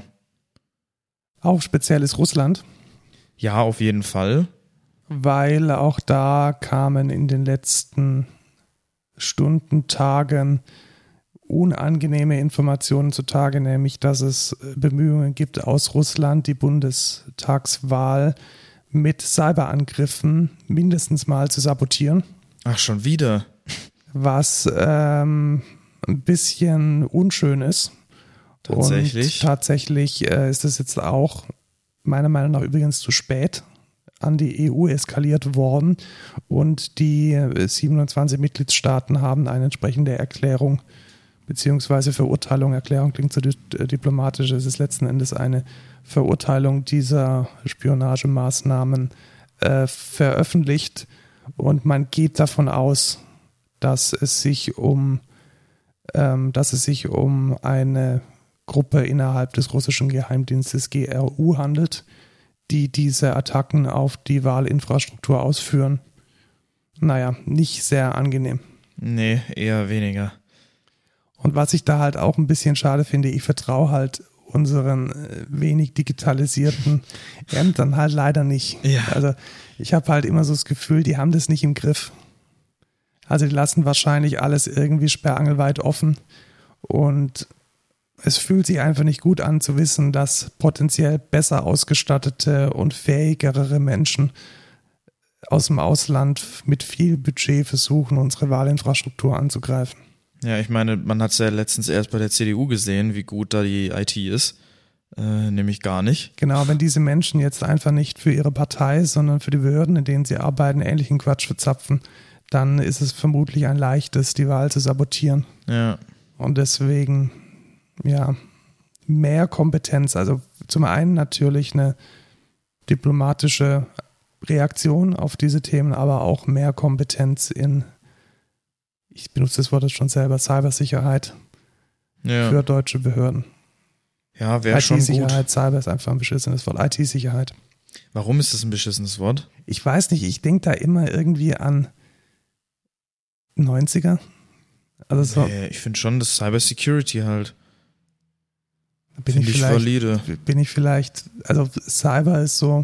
Auch speziell ist Russland. Ja, auf jeden Fall. Weil auch da kamen in den letzten Stunden, Tagen unangenehme Informationen zutage, nämlich dass es Bemühungen gibt aus Russland, die Bundestagswahl mit Cyberangriffen mindestens mal zu sabotieren. Ach, schon wieder? Was ähm, ein bisschen unschön ist. Tatsächlich? Und tatsächlich äh, ist es jetzt auch meiner Meinung nach übrigens zu spät an die E U eskaliert worden und die siebenundzwanzig Mitgliedstaaten haben eine entsprechende Erklärung beziehungsweise Verurteilung, Erklärung klingt so diplomatisch, es ist letzten Endes eine Verurteilung dieser Spionagemaßnahmen äh, veröffentlicht und man geht davon aus, dass es sich um ähm, dass es sich um eine Gruppe innerhalb des russischen Geheimdienstes G R U handelt, die diese Attacken auf die Wahlinfrastruktur ausführen. Naja, nicht sehr angenehm. Nee, eher weniger. Und was ich da halt auch ein bisschen schade finde, ich vertraue halt unseren wenig digitalisierten Ämtern halt leider nicht. Ja. Also ich habe halt immer so das Gefühl, die haben das nicht im Griff. Also die lassen wahrscheinlich alles irgendwie sperrangelweit offen und es fühlt sich einfach nicht gut an zu wissen, dass potenziell besser ausgestattete und fähigere Menschen aus dem Ausland mit viel Budget versuchen, unsere Wahlinfrastruktur anzugreifen. Ja, ich meine, man hat es ja letztens erst bei der C D U gesehen, wie gut da die I T ist. Äh, nämlich gar nicht. Genau, wenn diese Menschen jetzt einfach nicht für ihre Partei, sondern für die Behörden, in denen sie arbeiten, ähnlichen Quatsch verzapfen, dann ist es vermutlich ein leichtes, die Wahl zu sabotieren. Ja. Und deswegen, ja, mehr Kompetenz. Also zum einen natürlich eine diplomatische Reaktion auf diese Themen, aber auch mehr Kompetenz in, ich benutze das Wort jetzt schon selber, Cybersicherheit Ja. für deutsche Behörden. Ja, wäre schon gut. I T-Sicherheit, Cyber ist einfach ein beschissenes Wort. I T-Sicherheit. Warum ist das ein beschissenes Wort? Ich weiß nicht, ich denke da immer irgendwie an neunziger. Also so. Nee, ich finde schon, das Cybersecurity halt. Bin Finde ich, ich vielleicht, valide. bin ich vielleicht, also Cyber ist so,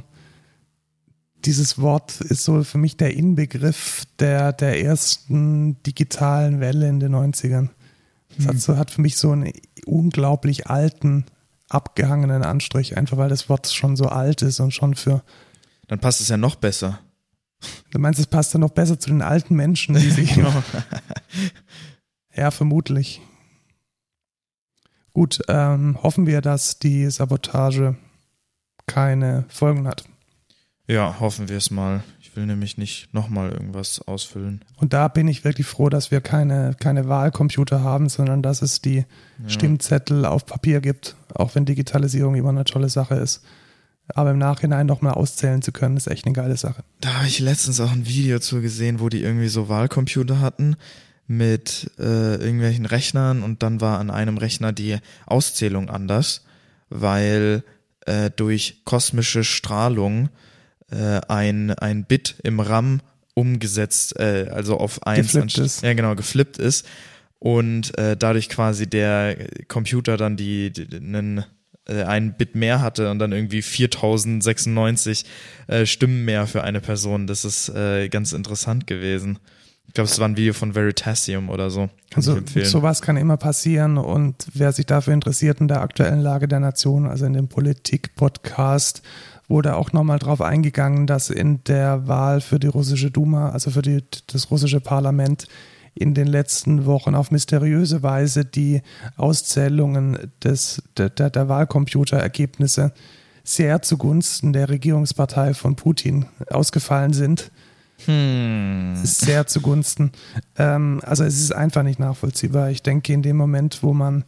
dieses Wort ist so für mich der Inbegriff der, der ersten digitalen Welle in den neunzigern. Das hat, so, hat für mich so einen unglaublich alten, abgehangenen Anstrich, einfach weil das Wort schon so alt ist und schon für... Dann passt es ja noch besser. Du meinst, es passt dann noch besser zu den alten Menschen, die sich... Genau. Ja, vermutlich. Gut, ähm, hoffen wir, dass die Sabotage keine Folgen hat. Ja, hoffen wir es mal. Ich will nämlich nicht nochmal irgendwas ausfüllen. Und da bin ich wirklich froh, dass wir keine, keine Wahlcomputer haben, sondern dass es die Ja. Stimmzettel auf Papier gibt, auch wenn Digitalisierung immer eine tolle Sache ist. Aber im Nachhinein nochmal auszählen zu können, ist echt eine geile Sache. Da habe ich letztens auch ein Video zu gesehen, wo die irgendwie so Wahlcomputer hatten mit äh, irgendwelchen Rechnern und dann war an einem Rechner die Auszählung anders, weil äh, durch kosmische Strahlung äh, ein, ein Bit im RAM umgesetzt, äh, also auf eins Geflippt anst- ist. Ja, genau, geflippt ist und äh, dadurch quasi der Computer dann die, die einen äh, ein Bit mehr hatte und dann irgendwie viertausendsechsundneunzig äh, Stimmen mehr für eine Person. Das ist äh, ganz interessant gewesen. Ich glaube, es war ein Video von Veritasium oder so. Kann Also ich empfehlen. sowas kann immer passieren und wer sich dafür interessiert in der aktuellen Lage der Nation, also in dem Politik-Podcast, wurde auch nochmal drauf eingegangen, dass in der Wahl für die russische Duma, also für die, das russische Parlament, in den letzten Wochen auf mysteriöse Weise die Auszählungen des, der, der, der Wahlcomputerergebnisse sehr zugunsten der Regierungspartei von Putin ausgefallen sind. Hm. Sehr zugunsten. Ähm, also es ist einfach nicht nachvollziehbar. Ich denke, in dem Moment, wo man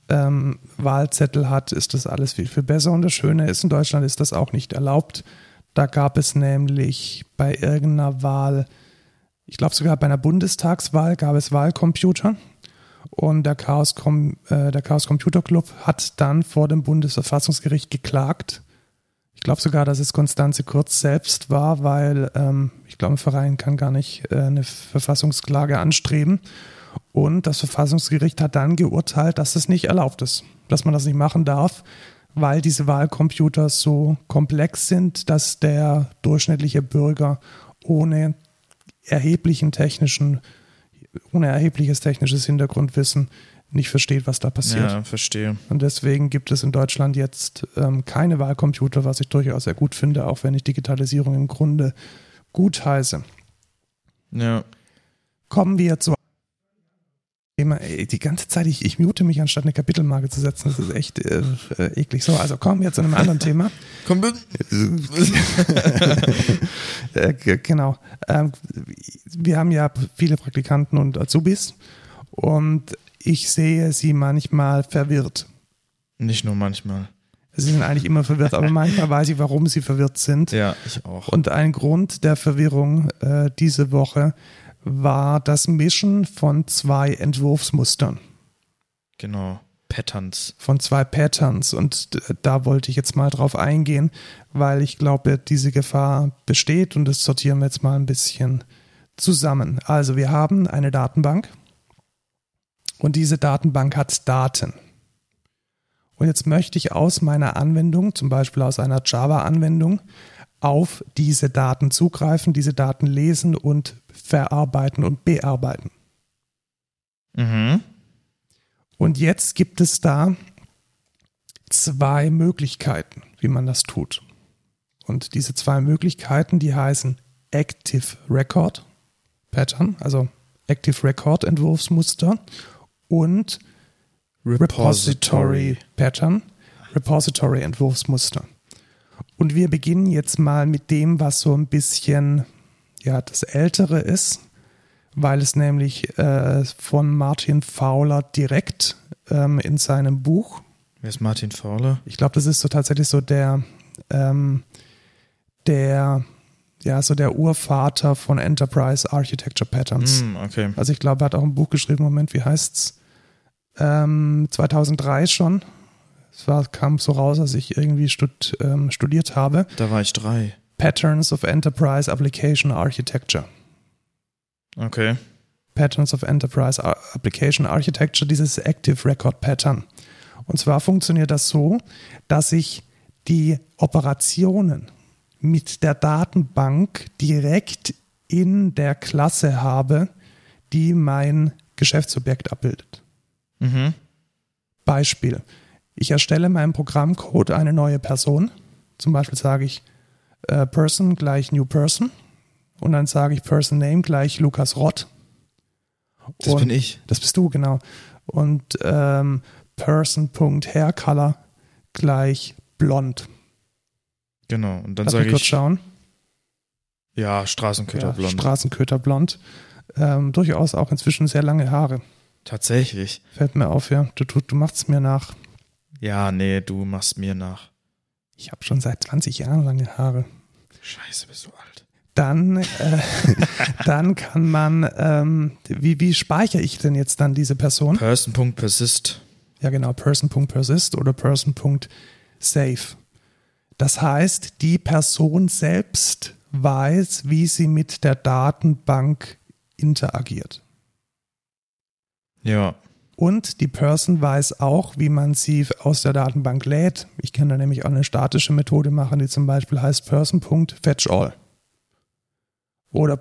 ähm, Wahlzettel hat, ist das alles viel, viel besser. Und das Schöne ist, in Deutschland ist das auch nicht erlaubt. Da gab es nämlich bei irgendeiner Wahl, ich glaube sogar bei einer Bundestagswahl, gab es Wahlcomputer. Und der Chaos, äh, der Chaos Computer Club hat dann vor dem Bundesverfassungsgericht geklagt. Ich glaube sogar, dass es Constanze Kurz selbst war, weil ähm, ich glaube, ein Verein kann gar nicht äh, eine Verfassungsklage anstreben. Und das Verfassungsgericht hat dann geurteilt, dass es nicht erlaubt ist, dass man das nicht machen darf, weil diese Wahlcomputer so komplex sind, dass der durchschnittliche Bürger ohne erheblichen technischen, ohne erhebliches technisches Hintergrundwissen nicht versteht, was da passiert. Ja, verstehe. Und deswegen gibt es in Deutschland jetzt ähm, keine Wahlcomputer, was ich durchaus sehr gut finde, auch wenn ich Digitalisierung im Grunde gut heiße. Ja. Kommen wir zu Thema, ey, die ganze Zeit, ich, ich mute mich, anstatt eine Kapitelmarke zu setzen. Das ist echt äh, äh, eklig. So, also kommen wir zu einem anderen Thema. Komm bitte. äh, genau. Ähm, wir haben ja viele Praktikanten und Azubis und ich sehe sie manchmal verwirrt. Nicht nur manchmal. Sie sind eigentlich immer verwirrt, aber manchmal weiß ich, warum sie verwirrt sind. Ja, ich auch. Und ein Grund der Verwirrung äh, diese Woche war das Mischen von zwei Entwurfsmustern. Genau, Patterns. Von zwei Patterns. Und d- da wollte ich jetzt mal drauf eingehen, weil ich glaube, diese Gefahr besteht und das sortieren wir jetzt mal ein bisschen zusammen. Also wir haben eine Datenbank und diese Datenbank hat Daten. Und jetzt möchte ich aus meiner Anwendung, zum Beispiel aus einer Java-Anwendung, auf diese Daten zugreifen, diese Daten lesen und verarbeiten und bearbeiten. Mhm. Und jetzt gibt es da zwei Möglichkeiten, wie man das tut. Und diese zwei Möglichkeiten, die heißen Active Record Pattern, also Active Record Entwurfsmuster und Repository Pattern, Repository Entwurfsmuster. Und wir beginnen jetzt mal mit dem, was so ein bisschen ja, das Ältere ist, weil es nämlich äh, von Martin Fowler direkt ähm, in seinem Buch. Wer ist Martin Fowler? Ich glaube, das ist so tatsächlich so der, ähm, der, ja, so der Urvater von Enterprise Architecture Patterns. Mm, okay. Also ich glaube, er hat auch ein Buch geschrieben, Moment, wie heißt's? Ähm, zweitausenddrei schon. Es war, kam so raus, als ich irgendwie stud, ähm, studiert habe. Da war ich drei. Patterns of Enterprise Application Architecture. Okay. Patterns of Enterprise Ar- Application Architecture, dieses Active Record Pattern. Und zwar funktioniert das so, dass ich die Operationen mit der Datenbank direkt in der Klasse habe, die mein Geschäftsobjekt abbildet. Mhm. Beispiel. Ich erstelle meinem Programmcode eine neue Person. Zum Beispiel sage ich äh, Person gleich New Person und dann sage ich Person Name gleich Lukas Rott. Das und bin ich. Das bist du, genau. Und ähm, Person.Haircolor gleich blond. Genau. Und dann Lass sage mich kurz ich, schauen. ja, Straßenköter Ja, blond. Straßenköter blond. Ähm, durchaus auch inzwischen sehr lange Haare. Tatsächlich. Fällt mir auf, ja. Du, du, du machst es mir nach. Ja, nee, du machst mir nach. Ich habe schon seit zwanzig Jahren lange Haare. Scheiße, bist du alt. Dann, äh, dann kann man, ähm, wie, wie speichere ich denn jetzt dann diese Person? Person.persist. Ja genau, person.persist oder person.save. Das heißt, die Person selbst weiß, wie sie mit der Datenbank interagiert. Ja. Und die Person weiß auch, wie man sie aus der Datenbank lädt. Ich kann da nämlich auch eine statische Methode machen, die zum Beispiel heißt person.fetchAll oder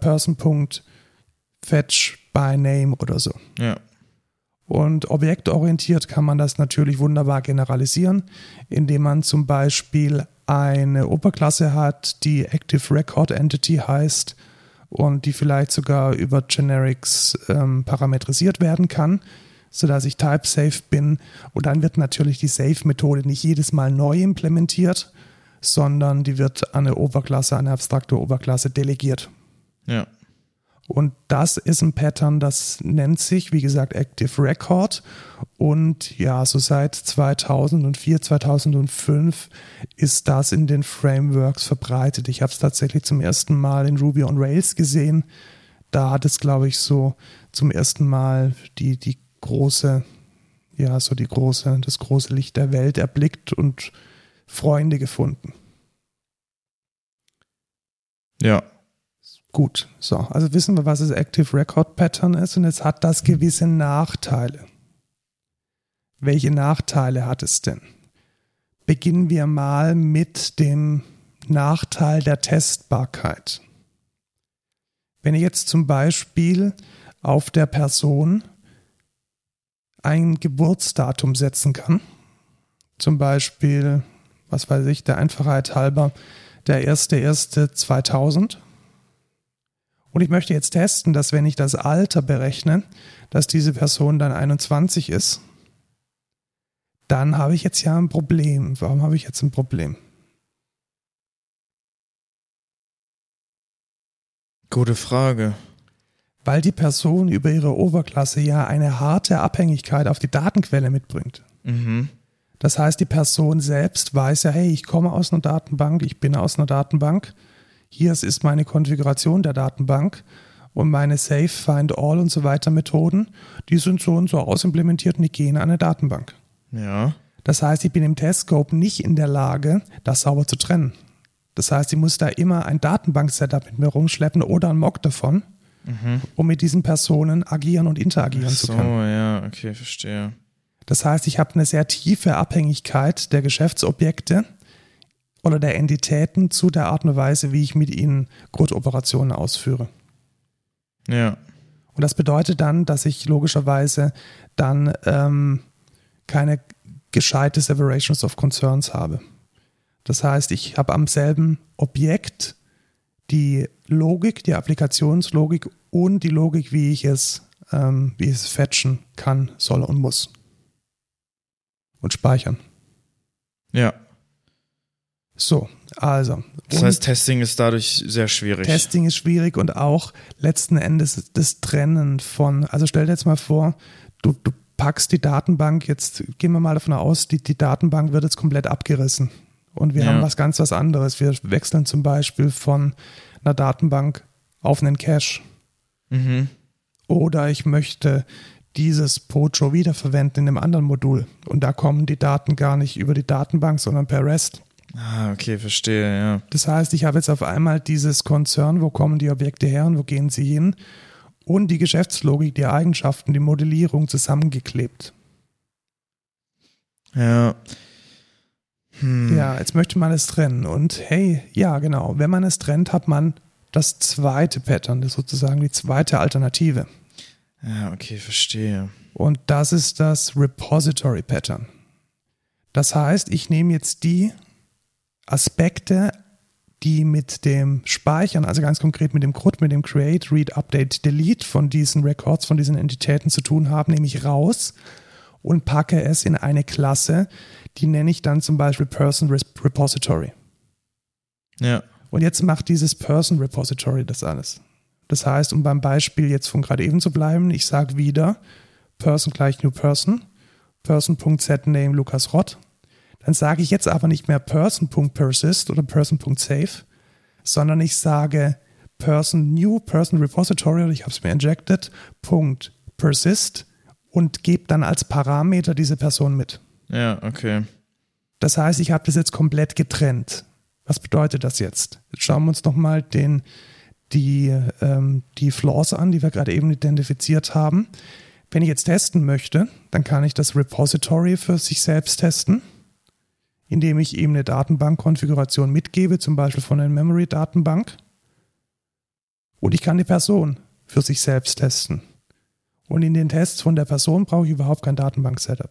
person.fetchByName oder so. Ja. Und objektorientiert kann man das natürlich wunderbar generalisieren, indem man zum Beispiel eine Oberklasse hat, die Active Record Entity heißt und die vielleicht sogar über Generics ähm, parametrisiert werden kann, sodass ich type-safe bin. Und dann wird natürlich die Save-Methode nicht jedes Mal neu implementiert, sondern die wird an eine Oberklasse, eine abstrakte Oberklasse delegiert. Ja. Und das ist ein Pattern, das nennt sich, wie gesagt, Active Record. Und ja, so seit zweitausendvier, zweitausendfünf ist das in den Frameworks verbreitet. Ich habe es tatsächlich zum ersten Mal in Ruby on Rails gesehen. Da hat es, glaube ich, so zum ersten Mal die, die große, ja, so die große, das große Licht der Welt erblickt und Freunde gefunden. Ja. Gut, so, also wissen wir, was das Active Record Pattern ist, und jetzt hat das gewisse Nachteile. Welche Nachteile hat es denn? Beginnen wir mal mit dem Nachteil der Testbarkeit. Wenn ich jetzt zum Beispiel auf der Person ein Geburtsdatum setzen kann, zum Beispiel, was weiß ich, der Einfachheit halber, der erste erste zweitausend, und ich möchte jetzt testen, dass wenn ich das Alter berechne, dass diese Person dann einundzwanzig ist, dann habe ich jetzt ja ein Problem. Warum habe ich jetzt ein Problem? Gute Frage. Weil die Person über ihre Oberklasse ja eine harte Abhängigkeit auf die Datenquelle mitbringt. Mhm. Das heißt, die Person selbst weiß ja, hey, ich komme aus einer Datenbank, ich bin aus einer Datenbank, hier ist meine Konfiguration der Datenbank und meine Save, Find All und so weiter Methoden, die sind so und so ausimplementiert und die gehen an eine Datenbank. Ja. Das heißt, ich bin im Testscope nicht in der Lage, das sauber zu trennen. Das heißt, ich muss da immer ein Datenbank-Setup mit mir rumschleppen oder ein Mock davon, mhm. um mit diesen Personen agieren und interagieren Ach so, zu können. Oh ja, okay, verstehe. Das heißt, ich habe eine sehr tiefe Abhängigkeit der Geschäftsobjekte oder der Entitäten zu der Art und Weise, wie ich mit ihnen Grundoperationen ausführe. Ja. Und das bedeutet dann, dass ich logischerweise dann ähm, keine gescheite Separations of Concerns habe. Das heißt, ich habe am selben Objekt die Logik, die Applikationslogik und die Logik, wie ich es, ähm, wie ich es fetchen kann, soll und muss. Und speichern. Ja. So, also. Das heißt, Testing ist dadurch sehr schwierig. Testing ist schwierig und auch letzten Endes das Trennen von, also stell dir jetzt mal vor, du, du packst die Datenbank, jetzt gehen wir mal davon aus, die, die Datenbank wird jetzt komplett abgerissen und wir ja. haben was ganz was anderes. Wir wechseln zum Beispiel von einer Datenbank auf einen Cache. Mhm. Oder ich möchte dieses Pojo wiederverwenden in einem anderen Modul und da kommen die Daten gar nicht über die Datenbank, sondern per REST. Ah, okay, verstehe, ja. Das heißt, ich habe jetzt auf einmal dieses Concern, wo kommen die Objekte her und wo gehen sie hin, und die Geschäftslogik, die Eigenschaften, die Modellierung zusammengeklebt. Ja. Hm. Ja, jetzt möchte man es trennen und hey, ja genau, wenn man es trennt, hat man das zweite Pattern, das ist sozusagen die zweite Alternative. Ja, okay, verstehe. Und das ist das Repository Pattern. Das heißt, ich nehme jetzt die Aspekte, die mit dem Speichern, also ganz konkret mit dem C R U D, mit dem Create, Read, Update, Delete von diesen Records, von diesen Entitäten zu tun haben, nehme ich raus und packe es in eine Klasse, die nenne ich dann zum Beispiel Person Repository. Ja. Und jetzt macht dieses Person Repository das alles. Das heißt, um beim Beispiel jetzt von gerade eben zu bleiben, ich sage wieder Person gleich New Person, Person.setName Lukas Rott. Dann sage ich jetzt aber nicht mehr person.persist oder person.save, sondern ich sage person new, person repository, oder ich habe es mir injected, .persist und gebe dann als Parameter diese Person mit. Ja, okay. Das heißt, ich habe das jetzt komplett getrennt. Was bedeutet das jetzt? Jetzt schauen wir uns nochmal den, die, ähm, die Flaws an, die wir gerade eben identifiziert haben. Wenn ich jetzt testen möchte, dann kann ich das Repository für sich selbst testen, indem ich eben eine Datenbankkonfiguration mitgebe, zum Beispiel von einer Memory-Datenbank. Und ich kann die Person für sich selbst testen. Und in den Tests von der Person brauche ich überhaupt kein Datenbank-Setup.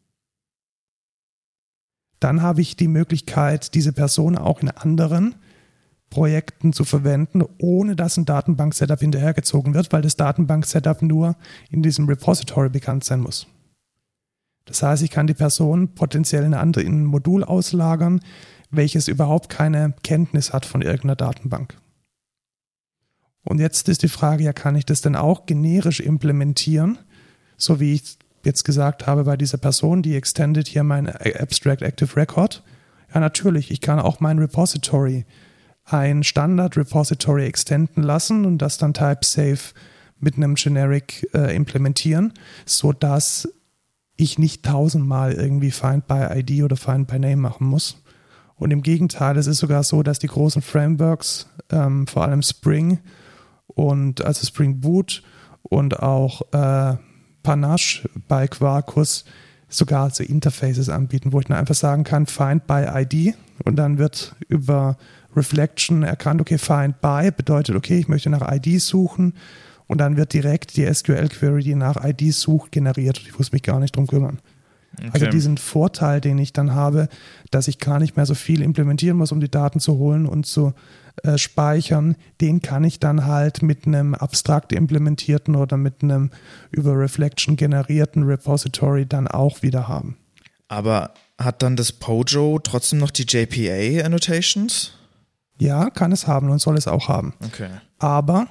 Dann habe ich die Möglichkeit, diese Person auch in anderen Projekten zu verwenden, ohne dass ein Datenbank-Setup hinterhergezogen wird, weil das Datenbank-Setup nur in diesem Repository bekannt sein muss. Das heißt, ich kann die Person potenziell in, andere, in ein Modul auslagern, welches überhaupt keine Kenntnis hat von irgendeiner Datenbank. Und jetzt ist die Frage, ja, kann ich das denn auch generisch implementieren, so wie ich jetzt gesagt habe bei dieser Person, die extended hier mein Abstract Active Record? Ja, natürlich, ich kann auch mein Repository, ein Standard-Repository extenden lassen und das dann type-safe mit einem Generic äh, implementieren, sodass ich nicht tausendmal irgendwie Find by I D oder Find by Name machen muss. Und im Gegenteil, es ist sogar so, dass die großen Frameworks, ähm, vor allem Spring und also Spring Boot und auch äh, Panache bei Quarkus sogar so Interfaces anbieten, wo ich dann einfach sagen kann, Find by I D und dann wird über Reflection erkannt, okay, Find by bedeutet, okay, ich möchte nach I D suchen und dann wird direkt die S Q L-Query, die nach I D sucht, generiert und ich muss mich gar nicht drum kümmern. Okay. Also diesen Vorteil, den ich dann habe, dass ich gar nicht mehr so viel implementieren muss, um die Daten zu holen und zu äh, speichern, den kann ich dann halt mit einem abstrakt implementierten oder mit einem über Reflection generierten Repository dann auch wieder haben. Aber hat dann das Pojo trotzdem noch die J P A-Annotations? Ja, kann es haben und soll es auch haben. Okay. Aber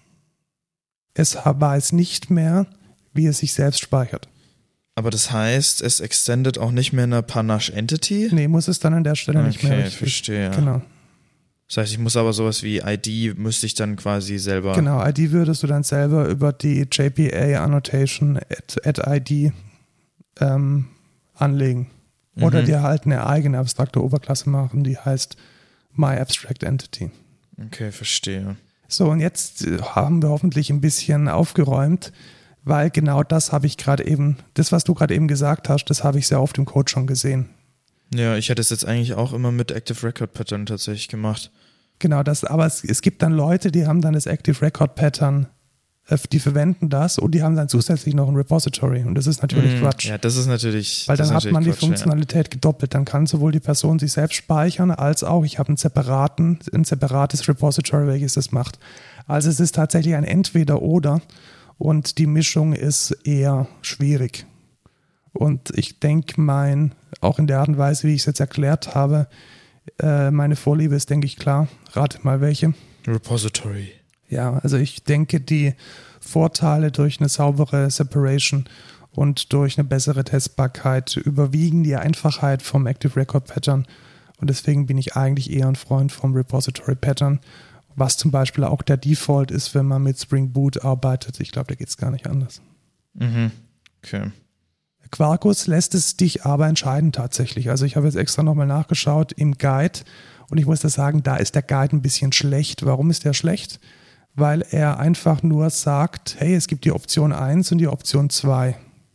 es weiß nicht mehr, wie es sich selbst speichert. Aber das heißt, es extendet auch nicht mehr eine Panache Entity? Nee, muss es dann an der Stelle okay, nicht mehr. Okay, verstehe. Genau. Das heißt, ich muss aber sowas wie I D müsste ich dann quasi selber... Genau, I D würdest du dann selber über die J P A-Annotation at, at I D ähm, anlegen. Oder mhm. dir halt eine eigene abstrakte Oberklasse machen, die heißt MyAbstractEntity. Okay, verstehe. So, und jetzt haben wir hoffentlich ein bisschen aufgeräumt, weil genau das habe ich gerade eben, das, was du gerade eben gesagt hast, das habe ich sehr oft im Code schon gesehen. Ja, ich hätte es jetzt eigentlich auch immer mit Active Record Pattern tatsächlich gemacht. Genau, das, aber es, es gibt dann Leute, die haben dann das Active Record Pattern, die verwenden das und die haben dann zusätzlich noch ein Repository und das ist natürlich mm, Quatsch. Ja, das ist natürlich Weil dann hat man die Quatsch, Funktionalität ja. gedoppelt. Dann kann sowohl die Person sich selbst speichern, als auch ich habe einen separaten, ein separates Repository, welches das macht. Also es ist tatsächlich ein Entweder-Oder und die Mischung ist eher schwierig. Und ich denke, mein, auch in der Art und Weise, wie ich es jetzt erklärt habe, äh, meine Vorliebe ist, denke ich, klar. Rate mal welche. Repository. Ja, also ich denke, die Vorteile durch eine saubere Separation und durch eine bessere Testbarkeit überwiegen die Einfachheit vom Active Record Pattern und deswegen bin ich eigentlich eher ein Freund vom Repository Pattern, was zum Beispiel auch der Default ist, wenn man mit Spring Boot arbeitet. Ich glaube, da geht es gar nicht anders. Mhm. Okay. Quarkus lässt es dich aber entscheiden tatsächlich. Also ich habe jetzt extra nochmal nachgeschaut im Guide und ich muss da sagen, da ist der Guide ein bisschen schlecht. Warum ist der schlecht? Weil er einfach nur sagt, hey, es gibt die Option eins und die Option zwei.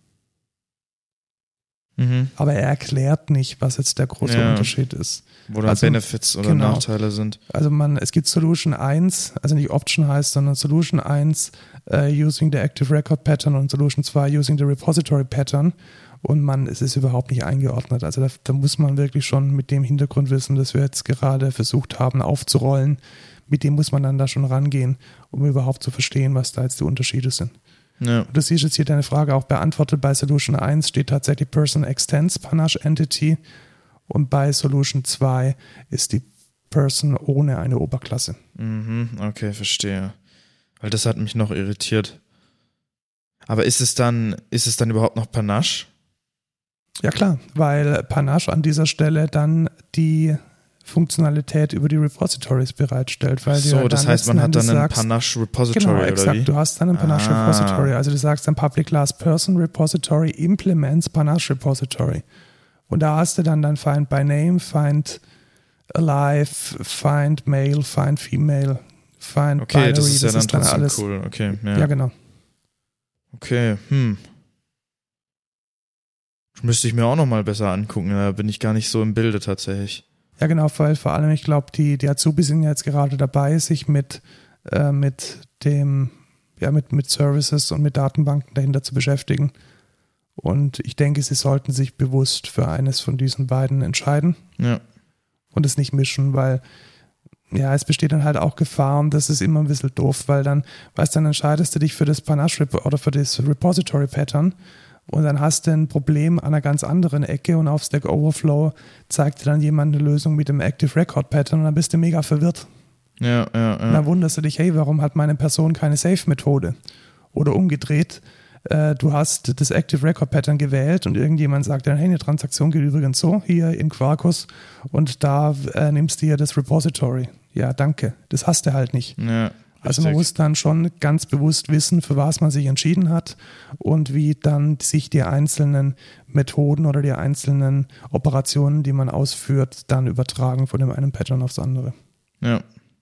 Mhm. Aber er erklärt nicht, was jetzt der große ja. Unterschied ist. Wo da also, Benefits oder genau. Nachteile sind. Also man, es gibt Solution eins, also nicht Option heißt, sondern Solution eins uh, using the Active Record Pattern und Solution zwei using the Repository Pattern und man, es ist überhaupt nicht eingeordnet. Also da, da muss man wirklich schon mit dem Hintergrundwissen, das wir jetzt gerade versucht haben aufzurollen, mit dem muss man dann da schon rangehen, um überhaupt zu verstehen, was da jetzt die Unterschiede sind. Ja. Du siehst jetzt hier deine Frage auch beantwortet. Bei Solution eins steht tatsächlich Person Extends Panache Entity und bei Solution zwei ist die Person ohne eine Oberklasse. Mhm, okay, verstehe. Weil das hat mich noch irritiert. Aber ist es dann, ist es dann überhaupt noch Panache? Ja klar, weil Panache an dieser Stelle dann die Funktionalität über die Repositories bereitstellt. Weil so, du das heißt, man hat dann einen Panache Repository genau, oder exakt, wie? Du hast dann ein Panache ah. Repository. Also du sagst dann Public Class Person Repository implements Panache Repository. Und da hast du dann dann Find by Name, Find Alive, Find Male, Find Female, Find okay, Binary. das ist ja das dann ist dann trotzdem alles. Cool. Okay, ja. ja, genau. Okay, hm. Das müsste ich mir auch nochmal besser angucken. Da bin ich gar nicht so im Bilde tatsächlich. Ja, genau, weil vor allem, ich glaube, die, die Azubis sind ja jetzt gerade dabei, sich mit, äh, mit dem, ja, mit, mit Services und mit Datenbanken dahinter zu beschäftigen. Und ich denke, sie sollten sich bewusst für eines von diesen beiden entscheiden. Ja. Und es nicht mischen, weil ja, es besteht dann halt auch Gefahr und das ist immer ein bisschen doof, weil dann, weißt du, dann entscheidest du dich für das Panache oder für das Repository Pattern und dann hast du ein Problem an einer ganz anderen Ecke und auf Stack Overflow zeigt dir dann jemand eine Lösung mit dem Active Record Pattern und dann bist du mega verwirrt. Ja, ja, ja. Und dann wunderst du dich, hey, warum hat meine Person keine Safe-Methode? Oder umgedreht, äh, du hast das Active Record Pattern gewählt und irgendjemand sagt dann, hey, eine Transaktion geht übrigens so, hier in Quarkus und da äh, nimmst du hier das Repository. Ja, danke. Das hast du halt nicht. Ja, also man muss dann schon ganz bewusst wissen, für was man sich entschieden hat und wie dann sich die einzelnen Methoden oder die einzelnen Operationen, die man ausführt, dann übertragen von dem einen Pattern aufs andere. Ja.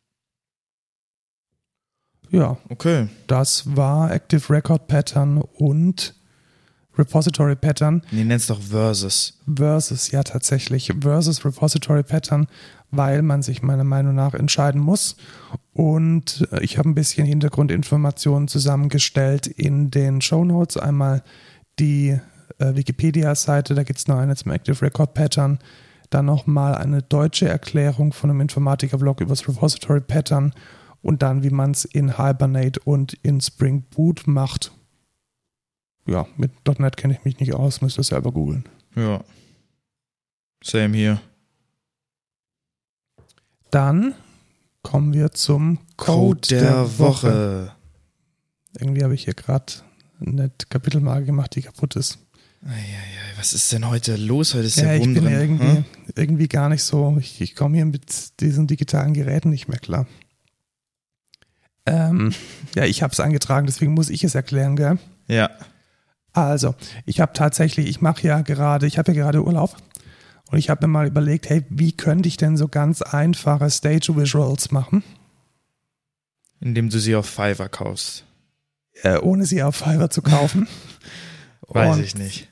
Ja, okay. Das war Active Record Pattern und Repository Pattern. Nee, nenn's doch Versus. Versus, ja tatsächlich. Versus Repository Pattern, weil man sich meiner Meinung nach entscheiden muss. Und ich habe ein bisschen Hintergrundinformationen zusammengestellt in den Shownotes. Einmal die äh, Wikipedia-Seite, da gibt es noch eine zum Active Record Pattern. Dann nochmal eine deutsche Erklärung von einem Informatiker-Blog über das Repository Pattern. Und dann, wie man es in Hibernate und in Spring Boot macht. Ja, mit .N E T kenne ich mich nicht aus, müsst ihr selber googeln. Ja. Same hier. Dann kommen wir zum Code, Code der, der Woche. Woche. Irgendwie habe ich hier gerade eine Kapitelmarke gemacht, die kaputt ist. Eieiei, was ist denn heute los? Heute ist ja, der ich Wurm bin drin. irgendwie, Hm? irgendwie gar nicht so, ich, ich komme hier mit diesen digitalen Geräten nicht mehr klar. Ähm, ja, ich habe es angetragen, deswegen muss ich es erklären, gell? Ja. Also, ich habe tatsächlich, ich mache ja gerade, ich habe ja gerade Urlaub und ich habe mir mal überlegt, hey, wie könnte ich denn so ganz einfache Stage Visuals machen? Indem du sie auf Fiverr kaufst. Äh, ohne sie auf Fiverr zu kaufen. Weiß und, ich nicht.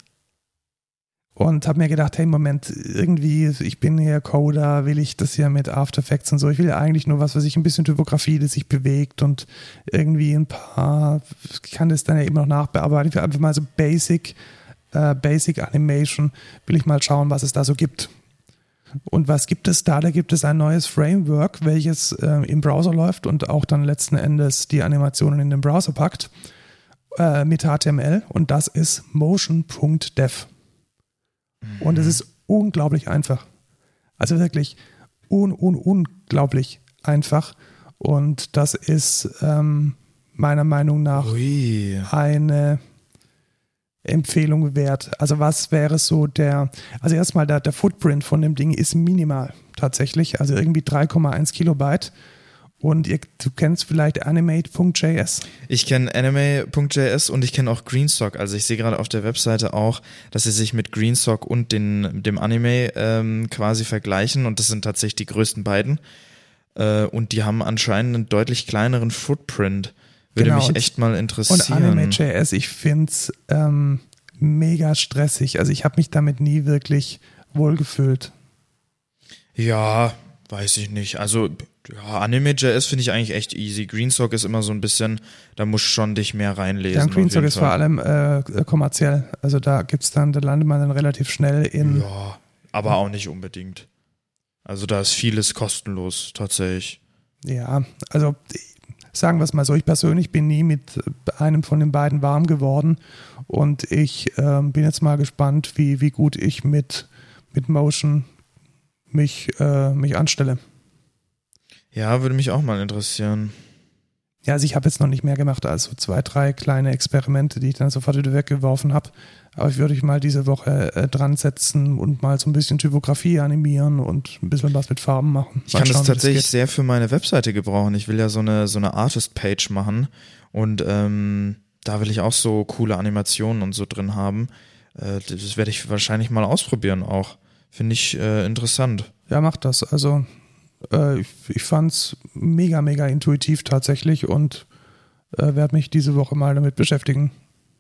Und habe mir gedacht, hey, Moment, irgendwie, ich bin hier Coder, will ich das hier mit After Effects und so. Ich will ja eigentlich nur was, was ich ein bisschen Typografie, das sich bewegt und irgendwie ein paar, ich kann das dann ja eben noch nachbearbeiten. Ich will einfach mal so Basic, äh, Basic Animation, will ich mal schauen, was es da so gibt. Und was gibt es da? Da gibt es ein neues Framework, welches äh, im Browser läuft und auch dann letzten Endes die Animationen in den Browser packt äh, mit H T M L und das ist motion punkt dev. Und es ist unglaublich einfach. Also wirklich un, un, unglaublich einfach. Und das ist ähm, meiner Meinung nach Ui. eine Empfehlung wert. Also was wäre so der, also erstmal der, der Footprint von dem Ding ist minimal tatsächlich. Also irgendwie drei Komma eins Kilobyte. Und ihr, du kennst vielleicht animate punkt j s. Ich kenne anime punkt j s und ich kenne auch Greenstock. Also ich sehe gerade auf der Webseite auch, dass sie sich mit Greenstock und den, dem Anime ähm, quasi vergleichen und das sind tatsächlich die größten beiden. Äh, und die haben anscheinend einen deutlich kleineren Footprint. Würde Genau, mich echt mal interessieren. Und anime punkt j s, ich finde es ähm, mega stressig. Also ich habe mich damit nie wirklich wohlgefühlt. Ja, weiß ich nicht. Also ja, anime punkt j s finde ich eigentlich echt easy. Greenstock ist immer so ein bisschen, da musst schon dich mehr reinlesen. Ja, Greenstock ist Fall. vor allem äh, kommerziell. Also da gibt's dann, da landet man dann relativ schnell in. Ja, aber auch nicht unbedingt. Also da ist vieles kostenlos, tatsächlich. Ja, also sagen wir es mal so, ich persönlich bin nie mit einem von den beiden warm geworden und ich äh, bin jetzt mal gespannt, wie, wie gut ich mit, mit Motion mich, äh, mich anstelle. Ja, würde mich auch mal interessieren. Ja, also ich habe jetzt noch nicht mehr gemacht als so zwei, drei kleine Experimente, die ich dann sofort wieder weggeworfen habe. Aber ich würde mich mal diese Woche äh, dran setzen und mal so ein bisschen Typografie animieren und ein bisschen was mit Farben machen. Ich kann das tatsächlich sehr für meine Webseite gebrauchen. Ich will ja so eine, so eine Artist-Page machen und ähm, da will ich auch so coole Animationen und so drin haben. Äh, das werde ich wahrscheinlich mal ausprobieren auch. Finde ich äh, interessant. Ja, mach das. Also äh, ich, ich fand es mega, mega intuitiv tatsächlich und äh, werde mich diese Woche mal damit beschäftigen.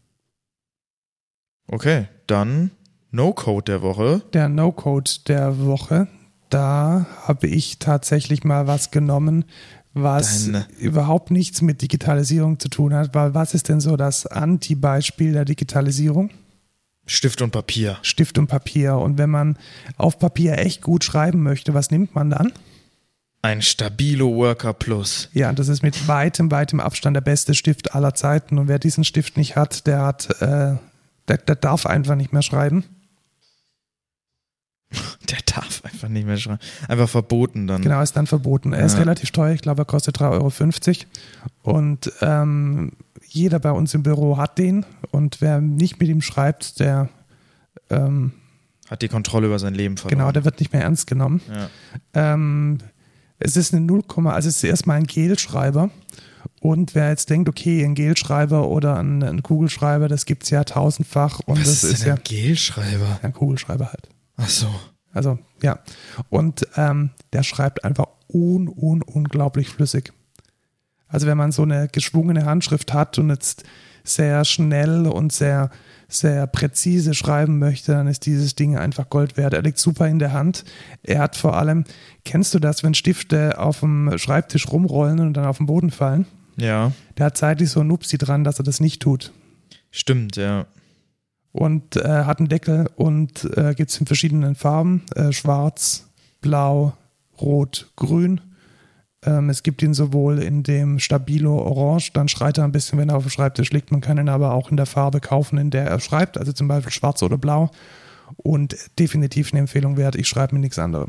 Okay, dann No-Code der Woche. Der No-Code der Woche, da habe ich tatsächlich mal was genommen, was Deine. überhaupt nichts mit Digitalisierung zu tun hat, weil was ist denn so das Anti-Beispiel der Digitalisierung? Stift und Papier. Stift und Papier. Und wenn man auf Papier echt gut schreiben möchte, was nimmt man dann? Ein Stabilo Worker Plus. Ja, das ist mit weitem, weitem Abstand der beste Stift aller Zeiten. Und wer diesen Stift nicht hat, der hat, äh, der, der darf einfach nicht mehr schreiben. Der darf einfach nicht mehr schreiben. Einfach verboten dann. Genau, ist dann verboten. Er Ja. ist relativ teuer, ich glaube, er kostet drei Euro fünfzig. Und ähm, jeder bei uns im Büro hat den. Und wer nicht mit ihm schreibt, der ähm, Hat die Kontrolle über sein Leben verloren. genau, der wird nicht mehr ernst genommen. Ja. Ähm, es ist eine null, also es ist erstmal ein Gelschreiber. Und wer jetzt denkt, okay, ein Gelschreiber oder ein, ein Kugelschreiber, das gibt es ja tausendfach. Und Was das ist, ist denn ja ein Gelschreiber? ein Kugelschreiber halt. Ach so. Also, ja. Und ähm, der schreibt einfach un, un, unglaublich flüssig. Also, wenn man so eine geschwungene Handschrift hat und jetzt sehr schnell und sehr, sehr präzise schreiben möchte, dann ist dieses Ding einfach Gold wert. Er liegt super in der Hand. Er hat vor allem, kennst du das, wenn Stifte auf dem Schreibtisch rumrollen und dann auf den Boden fallen? Ja. Der hat seitlich so ein Nupsi dran, dass er das nicht tut. Stimmt, ja. Und äh, hat einen Deckel und äh, gibt es in verschiedenen Farben, äh, schwarz, blau, rot, grün. Ähm, es gibt ihn sowohl in dem Stabilo Orange, dann schreit er ein bisschen, wenn er auf dem Schreibtisch liegt. Man kann ihn aber auch in der Farbe kaufen, in der er schreibt, also zum Beispiel schwarz oder blau. Und definitiv eine Empfehlung wert, ich schreibe mir nichts anderes.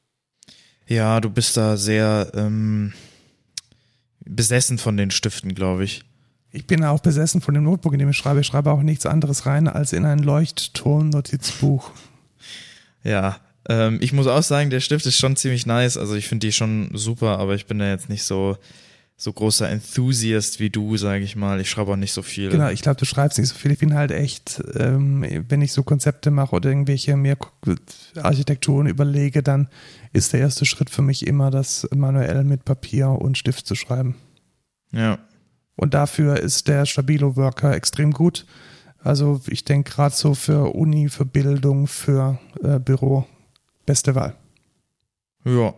Ja, du bist da sehr ähm, besessen von den Stiften, glaube ich. Ich bin auch besessen von dem Notebook, in dem ich schreibe. Ich schreibe auch nichts anderes rein als in ein Leuchtturm-Notizbuch. Ja, ähm, ich muss auch sagen, der Stift ist schon ziemlich nice. Also ich finde die schon super, aber ich bin da jetzt nicht so so großer Enthusiast wie du, sage ich mal. Ich schreibe auch nicht so viel. Genau, ich glaube, du schreibst nicht so viel. Ich bin halt echt, ähm, wenn ich so Konzepte mache oder irgendwelche mehr Architekturen überlege, dann ist der erste Schritt für mich immer, das manuell mit Papier und Stift zu schreiben. Ja. Und dafür ist der Stabilo Worker extrem gut. Also ich denke gerade so für Uni, für Bildung, für äh, Büro, beste Wahl. Ja.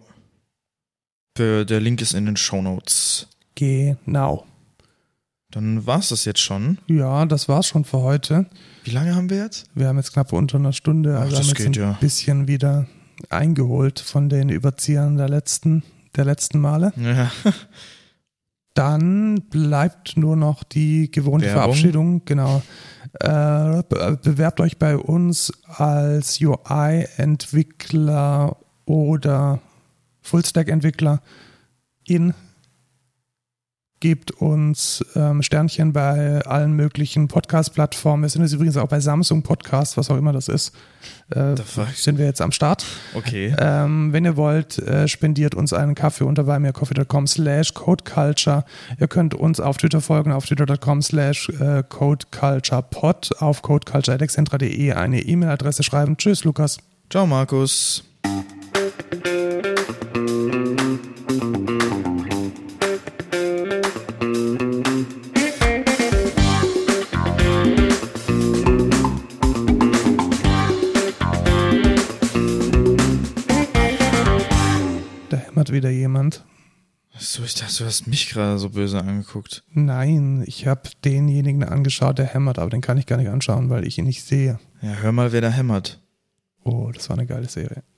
Der, der Link ist in den Shownotes. Genau. Dann war's das jetzt schon. Ja, das war's schon für heute. Wie lange haben wir jetzt? Wir haben jetzt knapp unter einer Stunde, Ach, also das haben jetzt geht, ein ja. bisschen wieder eingeholt von den Überziehern der letzten, der letzten Male. Ja. Dann bleibt nur noch die gewohnte Werbung. Verabschiedung. Genau. Äh, be- bewerbt euch bei uns als U I-Entwickler oder Full-Stack-Entwickler in. Gebt uns ähm, Sternchen bei allen möglichen Podcast-Plattformen. Wir sind jetzt übrigens auch bei Samsung Podcast, was auch immer das ist. Äh, The fuck? sind wir jetzt am Start. Okay. Ähm, wenn ihr wollt, äh, spendiert uns einen Kaffee unter buymeacoffee.com slash codeculture. Ihr könnt uns auf Twitter folgen, auf twitter.com slash codeculturepod, auf codeculture at excentra punkt de eine E-Mail-Adresse schreiben. Tschüss, Lukas. Ciao, Markus. Da hämmert wieder jemand. So, ich dachte, du hast mich gerade so böse angeguckt. Nein, ich habe denjenigen angeschaut, der hämmert, aber den kann ich gar nicht anschauen, weil ich ihn nicht sehe. Ja, hör mal, wer da hämmert. Oh, das war eine geile Serie.